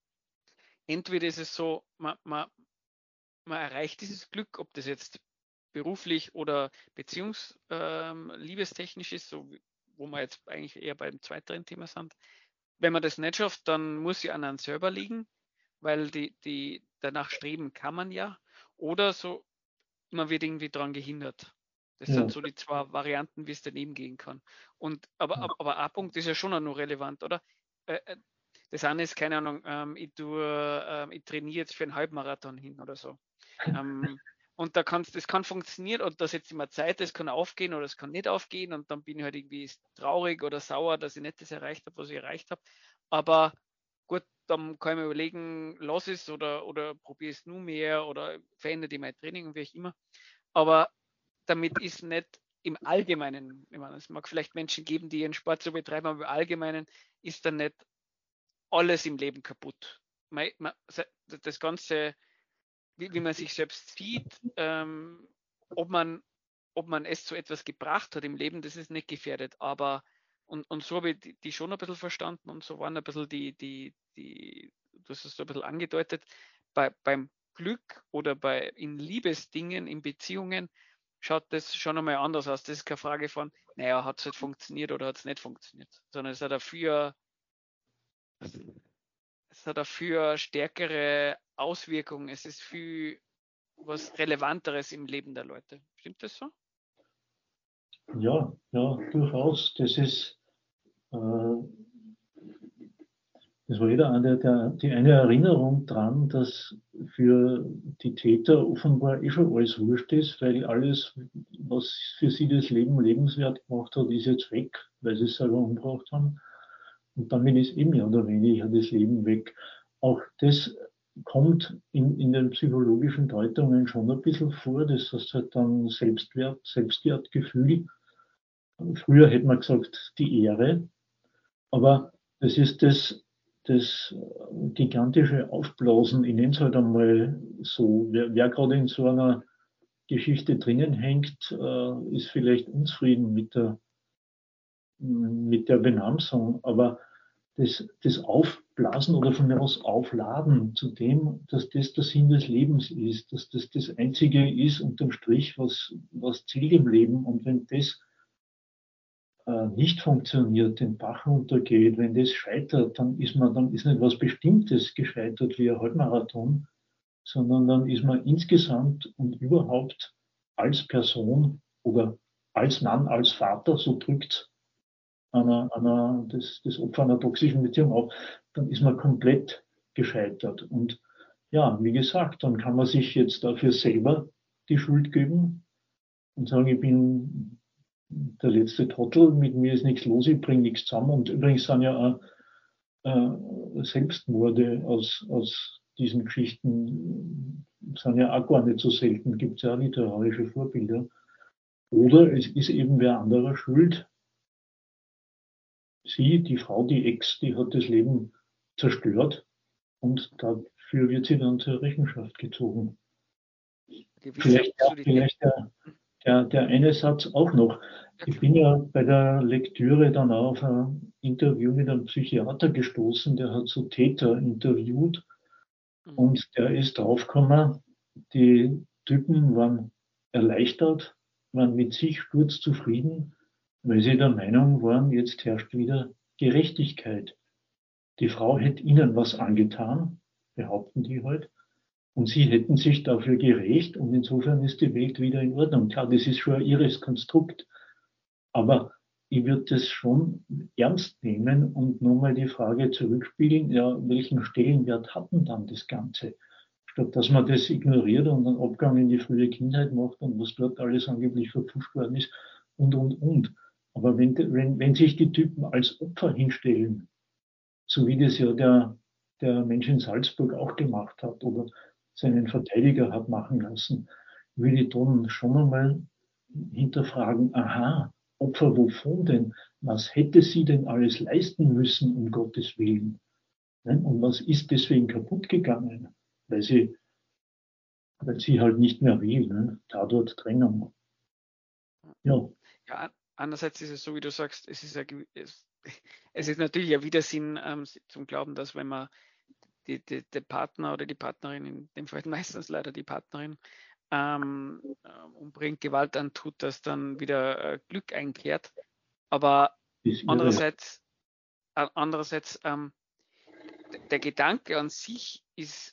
entweder ist es so, man, man, man erreicht dieses Glück, ob das jetzt beruflich oder beziehungs-, ähm, liebestechnisch ist, so wie, wo wir jetzt eigentlich eher beim zweiteren Thema sind. Wenn man das nicht schafft, dann muss sie an einem selber liegen, weil die, die danach streben kann man ja. Oder so, man wird irgendwie daran gehindert. Das Ja. sind so die zwei Varianten, wie es daneben gehen kann. Und aber, aber, aber ein Punkt ist ja schon auch noch relevant, oder? Äh, äh, Das eine ist, keine Ahnung, ähm, ich, tue, ähm, ich trainiere jetzt für einen Halbmarathon hin oder so. Ähm, und da kann's, das kann funktionieren und da setze ich mir Zeit, das kann aufgehen oder es kann nicht aufgehen und dann bin ich halt irgendwie traurig oder sauer, dass ich nicht das erreicht habe, was ich erreicht habe. Aber gut, dann kann ich mir überlegen, lass es oder, oder probiere es nur mehr oder verändere die mein Training und wie auch immer. Aber damit ist nicht im Allgemeinen, ich meine, es mag vielleicht Menschen geben, die ihren Sport so betreiben, aber im Allgemeinen ist dann nicht alles im Leben kaputt. Das Ganze, wie, wie man sich selbst sieht, ähm, ob, man, ob man es zu etwas gebracht hat im Leben, das ist nicht gefährdet. Aber, und, und so habe ich die, die schon ein bisschen verstanden und so waren ein bisschen die, die, die du hast es so ein bisschen angedeutet, bei, beim Glück oder bei in Liebesdingen, in Beziehungen, schaut das schon einmal anders aus. Das ist keine Frage von, naja, hat es halt funktioniert oder hat es nicht funktioniert, sondern es hat dafür, es hat dafür stärkere Auswirkungen. Es ist viel, was Relevanteres im Leben der Leute. Stimmt das so? Ja, ja, durchaus. Das ist, äh, das war wieder eine, der, die eine Erinnerung dran, dass für die Täter offenbar eh schon alles wurscht ist, weil alles, was für sie das Leben lebenswert gemacht hat, ist jetzt weg, weil sie es selber umgebracht haben. Und damit ist eh mehr oder weniger das Leben weg. Auch das kommt in, in den psychologischen Deutungen schon ein bisschen vor. Das heißt halt dann Selbstwert, Selbstwertgefühl. Früher hätte man gesagt, die Ehre. Aber das ist das, das gigantische Aufblasen. Ich nenne es halt einmal so. Wer, wer gerade in so einer Geschichte drinnen hängt, äh, ist vielleicht unzufrieden mit der, mit der Benamsung. Aber das, das Aufblasen oder von mir aus Aufladen zu dem, dass das der Sinn des Lebens ist, dass das das Einzige ist unterm Strich, was, was zählt im Leben. Und wenn das äh, nicht funktioniert, den Bach runtergeht, wenn das scheitert, dann ist man, dann ist nicht was Bestimmtes gescheitert wie ein Halbmarathon, sondern dann ist man insgesamt und überhaupt als Person oder als Mann, als Vater, so drückt Einer, einer, das, das Opfer einer toxischen Beziehung auf, dann ist man komplett gescheitert. Und ja, wie gesagt, dann kann man sich jetzt dafür selber die Schuld geben und sagen, ich bin der letzte Trottel, mit mir ist nichts los, ich bringe nichts zusammen. Und übrigens sind ja auch äh, Selbstmorde aus, aus diesen Geschichten, sind ja auch gar nicht so selten, gibt es ja auch literarische Vorbilder. Oder es ist eben wer anderer schuld. Sie, die Frau, die Ex, die hat das Leben zerstört und dafür wird sie dann zur Rechenschaft gezogen. Vielleicht, ja, vielleicht der, der, der eine Satz auch noch. Ich bin ja bei der Lektüre dann auch auf ein Interview mit einem Psychiater gestoßen, der hat so Täter interviewt und der ist draufgekommen, die Typen waren erleichtert, waren mit sich sturzzufrieden, weil sie der Meinung waren, jetzt herrscht wieder Gerechtigkeit. Die Frau hätte ihnen was angetan, behaupten die halt, und sie hätten sich dafür gerecht und insofern ist die Welt wieder in Ordnung. Klar, das ist schon ein irres Konstrukt, aber ich würde das schon ernst nehmen und nochmal die Frage zurückspielen, ja, welchen Stellenwert hat denn dann das Ganze? Statt dass man das ignoriert und einen Abgang in die frühe Kindheit macht und was dort alles angeblich verpfuscht worden ist und, und, und. Aber wenn, wenn, wenn sich die Typen als Opfer hinstellen, so wie das ja der, der Mensch in Salzburg auch gemacht hat oder seinen Verteidiger hat machen lassen, würde ich dann schon einmal hinterfragen, aha, Opfer wovon denn? Was hätte sie denn alles leisten müssen, um Gottes Willen? Und was ist deswegen kaputt gegangen? Weil sie, weil sie halt nicht mehr will, ne? Tatort Trennung. Ja. Ja, andererseits ist es so, wie du sagst, es ist, ein, es, es ist natürlich ein Widersinn ähm, zum Glauben, dass wenn man die, die, der Partner oder die Partnerin, in dem Fall meistens leider die Partnerin, ähm, umbringt, Gewalt antut, dass dann wieder äh, Glück einkehrt. Aber andererseits, äh, andererseits ähm, der Gedanke an sich ist,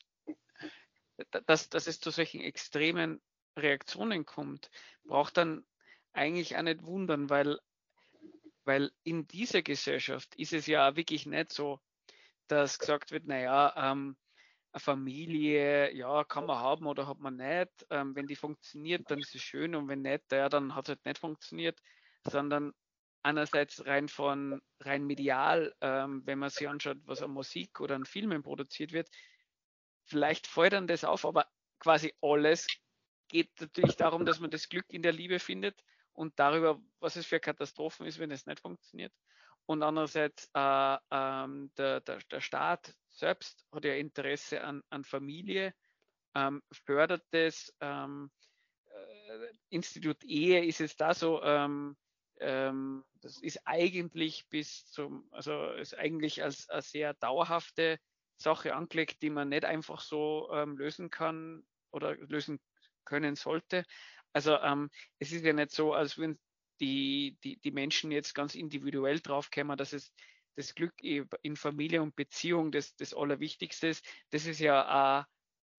dass, dass es zu solchen extremen Reaktionen kommt, braucht dann eigentlich auch nicht wundern, weil, weil in dieser Gesellschaft ist es ja wirklich nicht so, dass gesagt wird, naja, ähm, eine Familie, ja, kann man haben oder hat man nicht. Ähm, wenn die funktioniert, dann ist es schön und wenn nicht, ja, dann hat es halt nicht funktioniert, sondern einerseits rein von, rein medial, ähm, wenn man sich anschaut, was an Musik oder an Filmen produziert wird, vielleicht fällt dann das auf, aber quasi alles geht natürlich darum, dass man das Glück in der Liebe findet und darüber, was es für Katastrophen ist, wenn es nicht funktioniert. Und andererseits äh, ähm, der, der, der Staat selbst hat ja Interesse an, an Familie, ähm, fördert das. Ähm, äh, Institut Ehe ist es da so, ähm, ähm, das ist eigentlich bis zum, also ist eigentlich als eine sehr dauerhafte Sache angelegt, die man nicht einfach so ähm, lösen kann oder lösen können sollte. Also ähm, es ist ja nicht so, als würden die, die, die Menschen jetzt ganz individuell draufkommen, dass es das Glück in Familie und Beziehung das, das Allerwichtigste ist. Das ist ja auch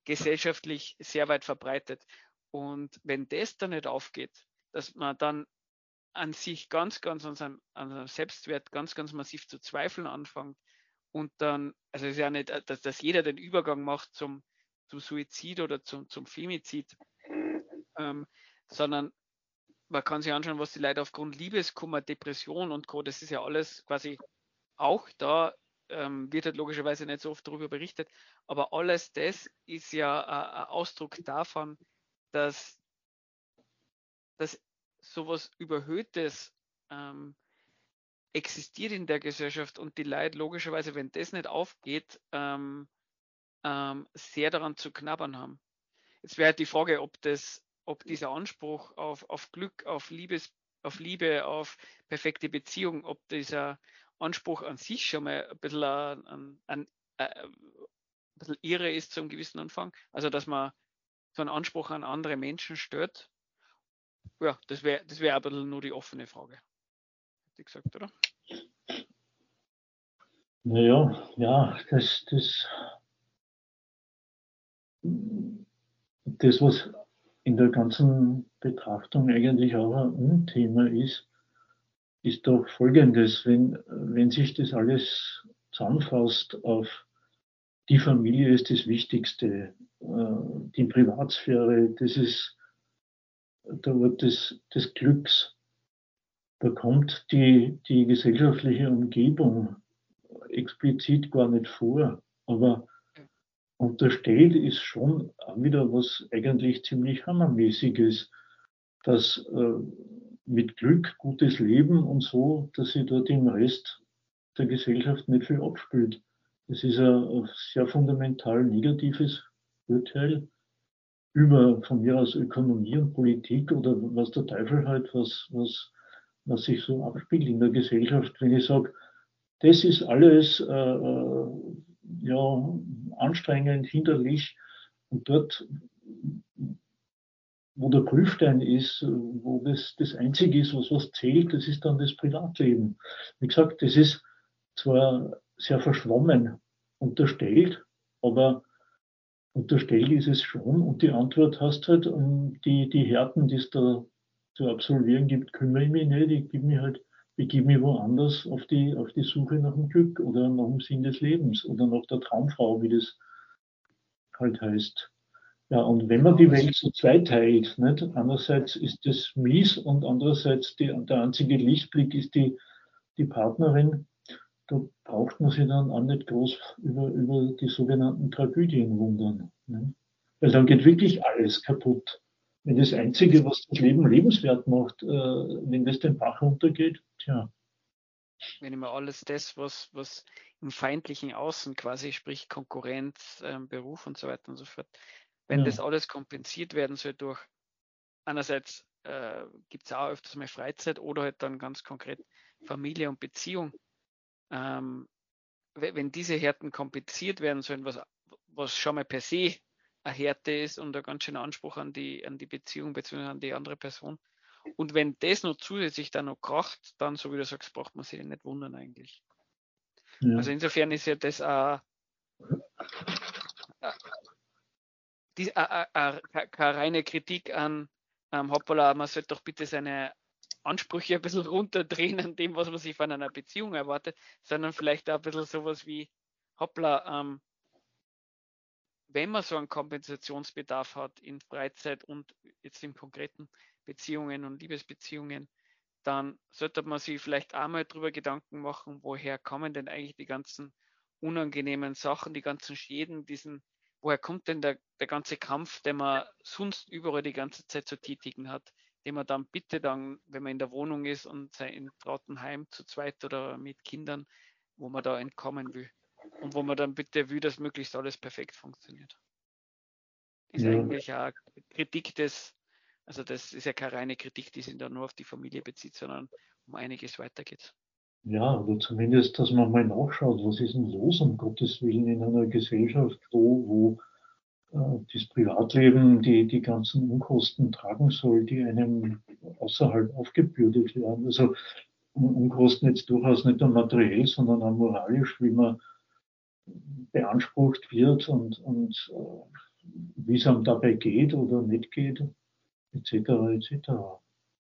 gesellschaftlich sehr weit verbreitet. Und wenn das dann nicht aufgeht, dass man dann an sich ganz, ganz an seinem, an seinem Selbstwert ganz, ganz massiv zu zweifeln anfängt und dann, also es ist ja nicht, dass, dass jeder den Übergang macht zum, zum Suizid oder zum, zum Femizid, ähm, sondern man kann sich anschauen, was die Leute aufgrund Liebeskummer, Depression und Co., das ist ja alles quasi auch da, ähm, wird halt logischerweise nicht so oft darüber berichtet, aber alles das ist ja äh, ein Ausdruck davon, dass, dass sowas Überhöhtes ähm, existiert in der Gesellschaft und die Leute logischerweise, wenn das nicht aufgeht, ähm, ähm, sehr daran zu knabbern haben. Jetzt wäre halt die Frage, ob das, ob dieser Anspruch auf, auf Glück, auf Liebes, auf Liebe, auf perfekte Beziehung, ob dieser Anspruch an sich schon mal ein bisschen, ein, ein, ein bisschen irre ist zu einem gewissen Anfang. Also dass man so einen Anspruch an andere Menschen stört. Ja, das wäre das wär ein bisschen nur die offene Frage. Hätte ich gesagt, oder? Naja, ja, das, das, das, was in der ganzen Betrachtung eigentlich auch ein Unthema ist, ist doch Folgendes, wenn, wenn sich das alles zusammenfasst auf die Familie ist das Wichtigste, die Privatsphäre, das ist der Ort des, des Glücks. Da kommt die, die gesellschaftliche Umgebung explizit gar nicht vor, aber unterstellt ist schon auch wieder was eigentlich ziemlich hammermäßiges, dass äh, mit Glück, gutes Leben und so, dass sich dort im Rest der Gesellschaft nicht viel abspielt. Das ist ein sehr fundamental negatives Urteil über von mir aus Ökonomie und Politik oder was der Teufel halt, was, was, was sich so abspielt in der Gesellschaft. Wenn ich sage, das ist alles äh, ja, anstrengend, hinderlich und dort, wo der Prüfstein ist, wo das das Einzige ist, was was zählt, das ist dann das Privatleben. Wie gesagt, das ist zwar sehr verschwommen unterstellt, aber unterstellt ist es schon und die Antwort hast halt, um die, die Härten, die es da zu absolvieren gibt, kümmere ich mich nicht, ich gebe mich halt, begebe mich woanders auf die, auf die Suche nach dem Glück oder nach dem Sinn des Lebens oder nach der Traumfrau, wie das halt heißt. Ja, und wenn man die Welt so zweiteilt, nicht? Einerseits ist das mies und andererseits die, der einzige Lichtblick ist die, die Partnerin, da braucht man sich dann auch nicht groß über, über die sogenannten Tragödien wundern. Ne? Weil dann geht wirklich alles kaputt. Wenn das Einzige, was das Leben lebenswert macht, äh, wenn das den Bach runtergeht, tja. Wenn immer alles das, was, was im feindlichen Außen quasi, sprich Konkurrenz, äh, Beruf und so weiter und so fort, wenn ja. das alles kompensiert werden soll durch, einerseits äh, gibt es auch öfters mal Freizeit oder halt dann ganz konkret Familie und Beziehung. Ähm, wenn diese Härten kompensiert werden sollen, was, was schon mal per se eine Härte ist und ein ganz schöner Anspruch an die, an die Beziehung bzw. an die andere Person. Und wenn das noch zusätzlich dann noch kracht, dann, so wie du sagst, braucht man sich nicht wundern eigentlich. Ja. Also insofern ist ja das auch keine reine Kritik an ähm, hoppala, man sollte doch bitte seine Ansprüche ein bisschen runterdrehen an dem, was man sich von einer Beziehung erwartet, sondern vielleicht auch ein bisschen sowas wie, hoppla, ähm, wenn man so einen Kompensationsbedarf hat in Freizeit und jetzt in konkreten Beziehungen und Liebesbeziehungen, dann sollte man sich vielleicht auch mal drüber Gedanken machen, woher kommen denn eigentlich die ganzen unangenehmen Sachen, die ganzen Schäden, diesen, woher kommt denn der, der ganze Kampf, den man sonst überall die ganze Zeit zu tätigen hat, den man dann bitte dann, wenn man in der Wohnung ist und sein trauten Heim zu zweit oder mit Kindern, wo man da entkommen will. Und wo man dann bitte will, dass möglichst alles perfekt funktioniert. Ist ja. eigentlich auch Kritik des, also das ist ja keine reine Kritik, die sich da nur auf die Familie bezieht, sondern um einiges weitergeht. Ja, oder zumindest, dass man mal nachschaut, was ist denn los, um Gottes Willen, in einer Gesellschaft, wo, wo äh, das Privatleben die, die ganzen Unkosten tragen soll, die einem außerhalb aufgebürdet werden. Also Unkosten jetzt durchaus nicht nur materiell, sondern auch moralisch, wie man beansprucht wird und, und wie es einem dabei geht oder nicht geht, et cetera et cetera.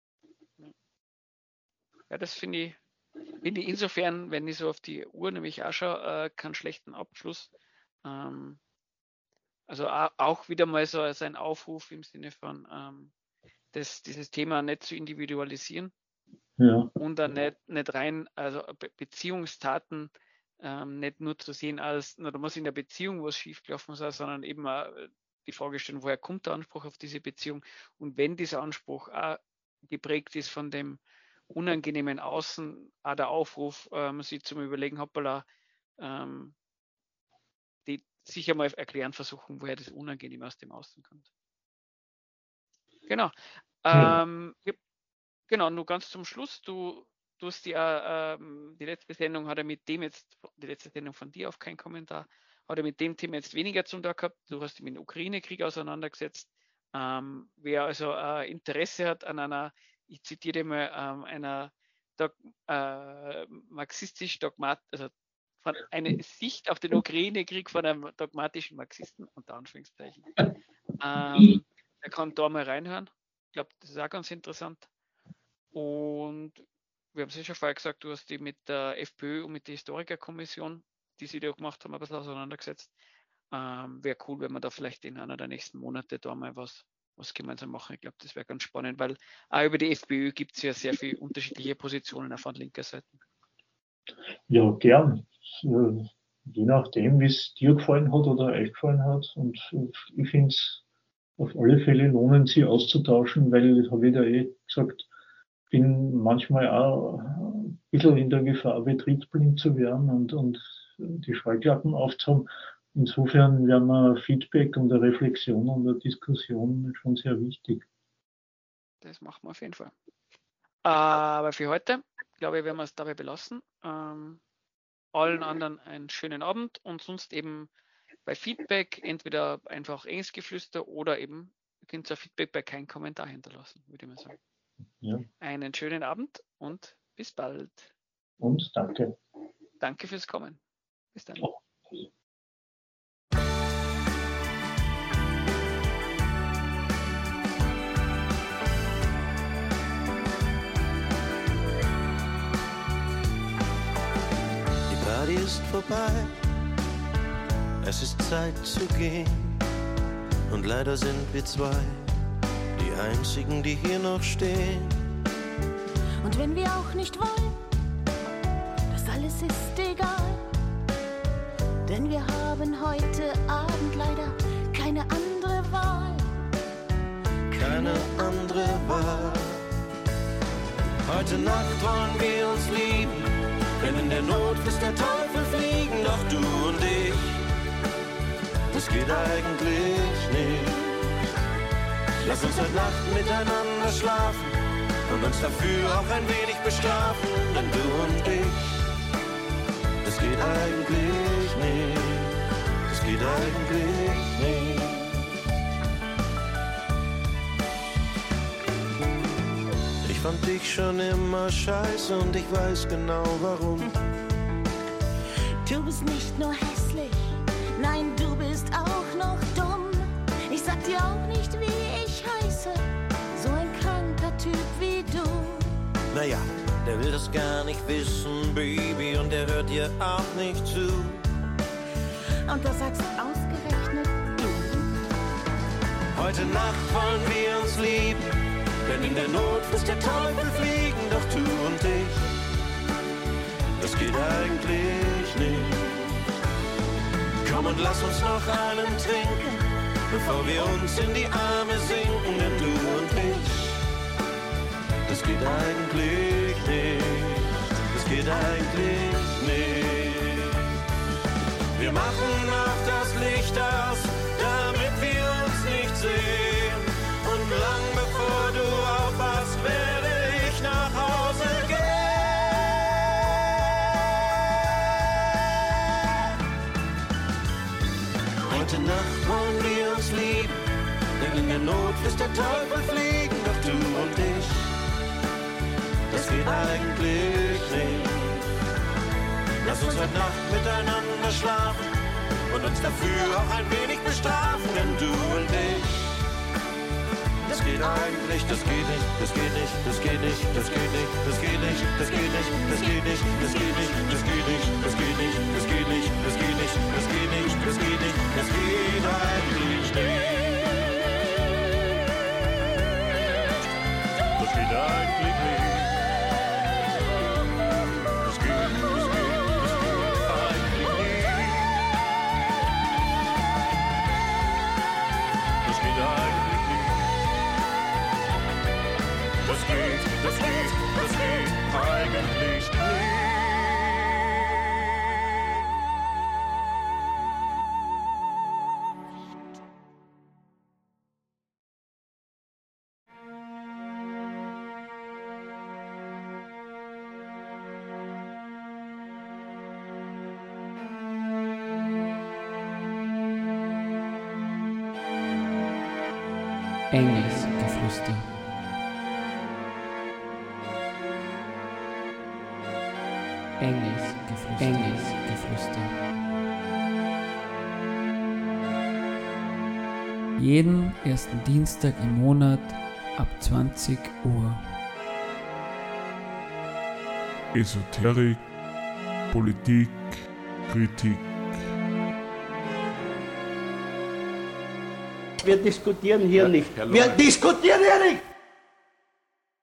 Ja, das finde ich, finde ich insofern, wenn ich so auf die Uhr nämlich auch schaue, äh, keinen schlechten Abschluss. Ähm, also auch, auch wieder mal so als ein Aufruf im Sinne von, ähm, das, dieses Thema nicht zu individualisieren. Ja. Und dann nicht, nicht rein, also Be Beziehungstaten ähm, nicht nur zu sehen als, na, da muss in der Beziehung was schiefgelaufen sein, sondern eben auch die Frage stellen, woher kommt der Anspruch auf diese Beziehung? Und wenn dieser Anspruch auch geprägt ist von dem unangenehmen Außen, auch der Aufruf, ähm, sich zum Überlegen, hoppala, ähm, die sicher mal erklären versuchen, woher das Unangenehme aus dem Außen kommt. Genau. Ja. Ähm, genau, nur ganz zum Schluss, du, du hast die, äh, ähm, die letzte Sendung hat er mit dem jetzt, die letzte Sendung von dir auf keinen Kommentar, hat er mit dem Thema jetzt weniger zu tun gehabt. Du hast dich mit dem Ukraine-Krieg auseinandergesetzt. Ähm, wer also äh, Interesse hat an einer, ich zitiere mal, ähm, einer Dog, äh, marxistisch-dogmat, also von eine Sicht auf den Ukraine-Krieg von einem dogmatischen Marxisten, unter Anführungszeichen. Ähm, der kann da mal reinhören. Ich glaube, das ist auch ganz interessant. Und wir haben es ja schon vorher gesagt, du hast dich mit der FPÖ und mit der Historikerkommission, die sie da gemacht haben, ein bisschen auseinandergesetzt. Ähm, wäre cool, wenn wir da vielleicht in einer der nächsten Monate da mal was, was gemeinsam machen. Ich glaube, das wäre ganz spannend, weil auch über die FPÖ gibt es ja sehr viele unterschiedliche Positionen auf linker Seite. Ja, gern. Je nachdem, wie es dir gefallen hat oder euch gefallen hat. Und ich finde es auf alle Fälle lohnend, sie auszutauschen, weil, das habe ich da eh gesagt, bin manchmal auch ein bisschen in der Gefahr, betriebsblind zu werden und, und die Scheuklappen aufzuhaben. Insofern wäre mir Feedback und eine Reflexion und eine Diskussion schon sehr wichtig. Das machen wir auf jeden Fall. Aber für heute, glaube ich, werden wir es dabei belassen. Ähm, allen anderen einen schönen Abend und sonst eben bei Feedback entweder einfach Engelsgeflüster oder eben ihr könnt ihr Feedback bei keinem Kommentar hinterlassen, würde ich mal sagen. Ja. Einen schönen Abend und bis bald. Und danke. Danke fürs Kommen. Bis dann. Oh. Die Party ist vorbei, es ist Zeit zu gehen. Und leider sind wir zwei die einzigen, die hier noch stehen. Und wenn wir auch nicht wollen, das alles ist egal. Denn wir haben heute Abend leider keine andere Wahl. Keine andere Wahl. Heute Nacht wollen wir uns lieben, denn in der Not ist der Teufel fliegen. Doch du und ich, das geht eigentlich nicht. Lass uns heute Nacht miteinander schlafen und uns dafür auch ein wenig bestrafen. Denn du und ich, das geht eigentlich nicht. Das geht eigentlich nicht. Ich fand dich schon immer scheiße und ich weiß genau warum. Du bist nicht nur hässlich, nein, du bist auch noch dumm. Ich sag dir auch nicht, wie ich heiße, so ein kranker Typ wie du. Naja, der will das gar nicht wissen, Baby, und der hört dir auch nicht zu. Und das sagst ausgerechnet du. Heute Nacht wollen wir uns lieben, denn in der Not muss der Teufel fliegen. Doch du und ich, das geht eigentlich nicht. Komm und lass uns noch einen trinken, bevor wir uns in die Arme sinken. Denn du und ich, das geht eigentlich nicht. Das geht eigentlich nicht. Wir machen auch das Licht aus, damit wir uns nicht sehen. Und lang bevor du aufwachst, werde ich nach Hause gehen. Heute Nacht wollen wir uns lieben, denn in der Not lässt der Teufel fliegen. Doch du und ich, das geht eigentlich nicht. Lass uns heute Nacht miteinander schlafen und und uns dafür auch ein wenig bestrafen, denn du und ich. Das geht eigentlich, das geht nicht, das geht nicht, das geht nicht, das geht nicht, das geht nicht, das geht nicht, das geht nicht, das geht nicht, das geht nicht, das geht nicht, das geht nicht, das geht nicht, das geht nicht, das geht nicht, das geht eigentlich nicht. Das geht eigentlich nicht. Das geht, das geht, das geht eigentlich nicht. Das geht eigentlich nicht. Das geht, das geht, das geht eigentlich nicht. Engelsgeflüster. Engelsgeflüster. Engelsgeflüster. Jeden ersten Dienstag im Monat ab zwanzig Uhr. Esoterik, Politik, Kritik. Wir diskutieren hier Ja, nicht. Herr Wir Lohr. diskutieren hier nicht!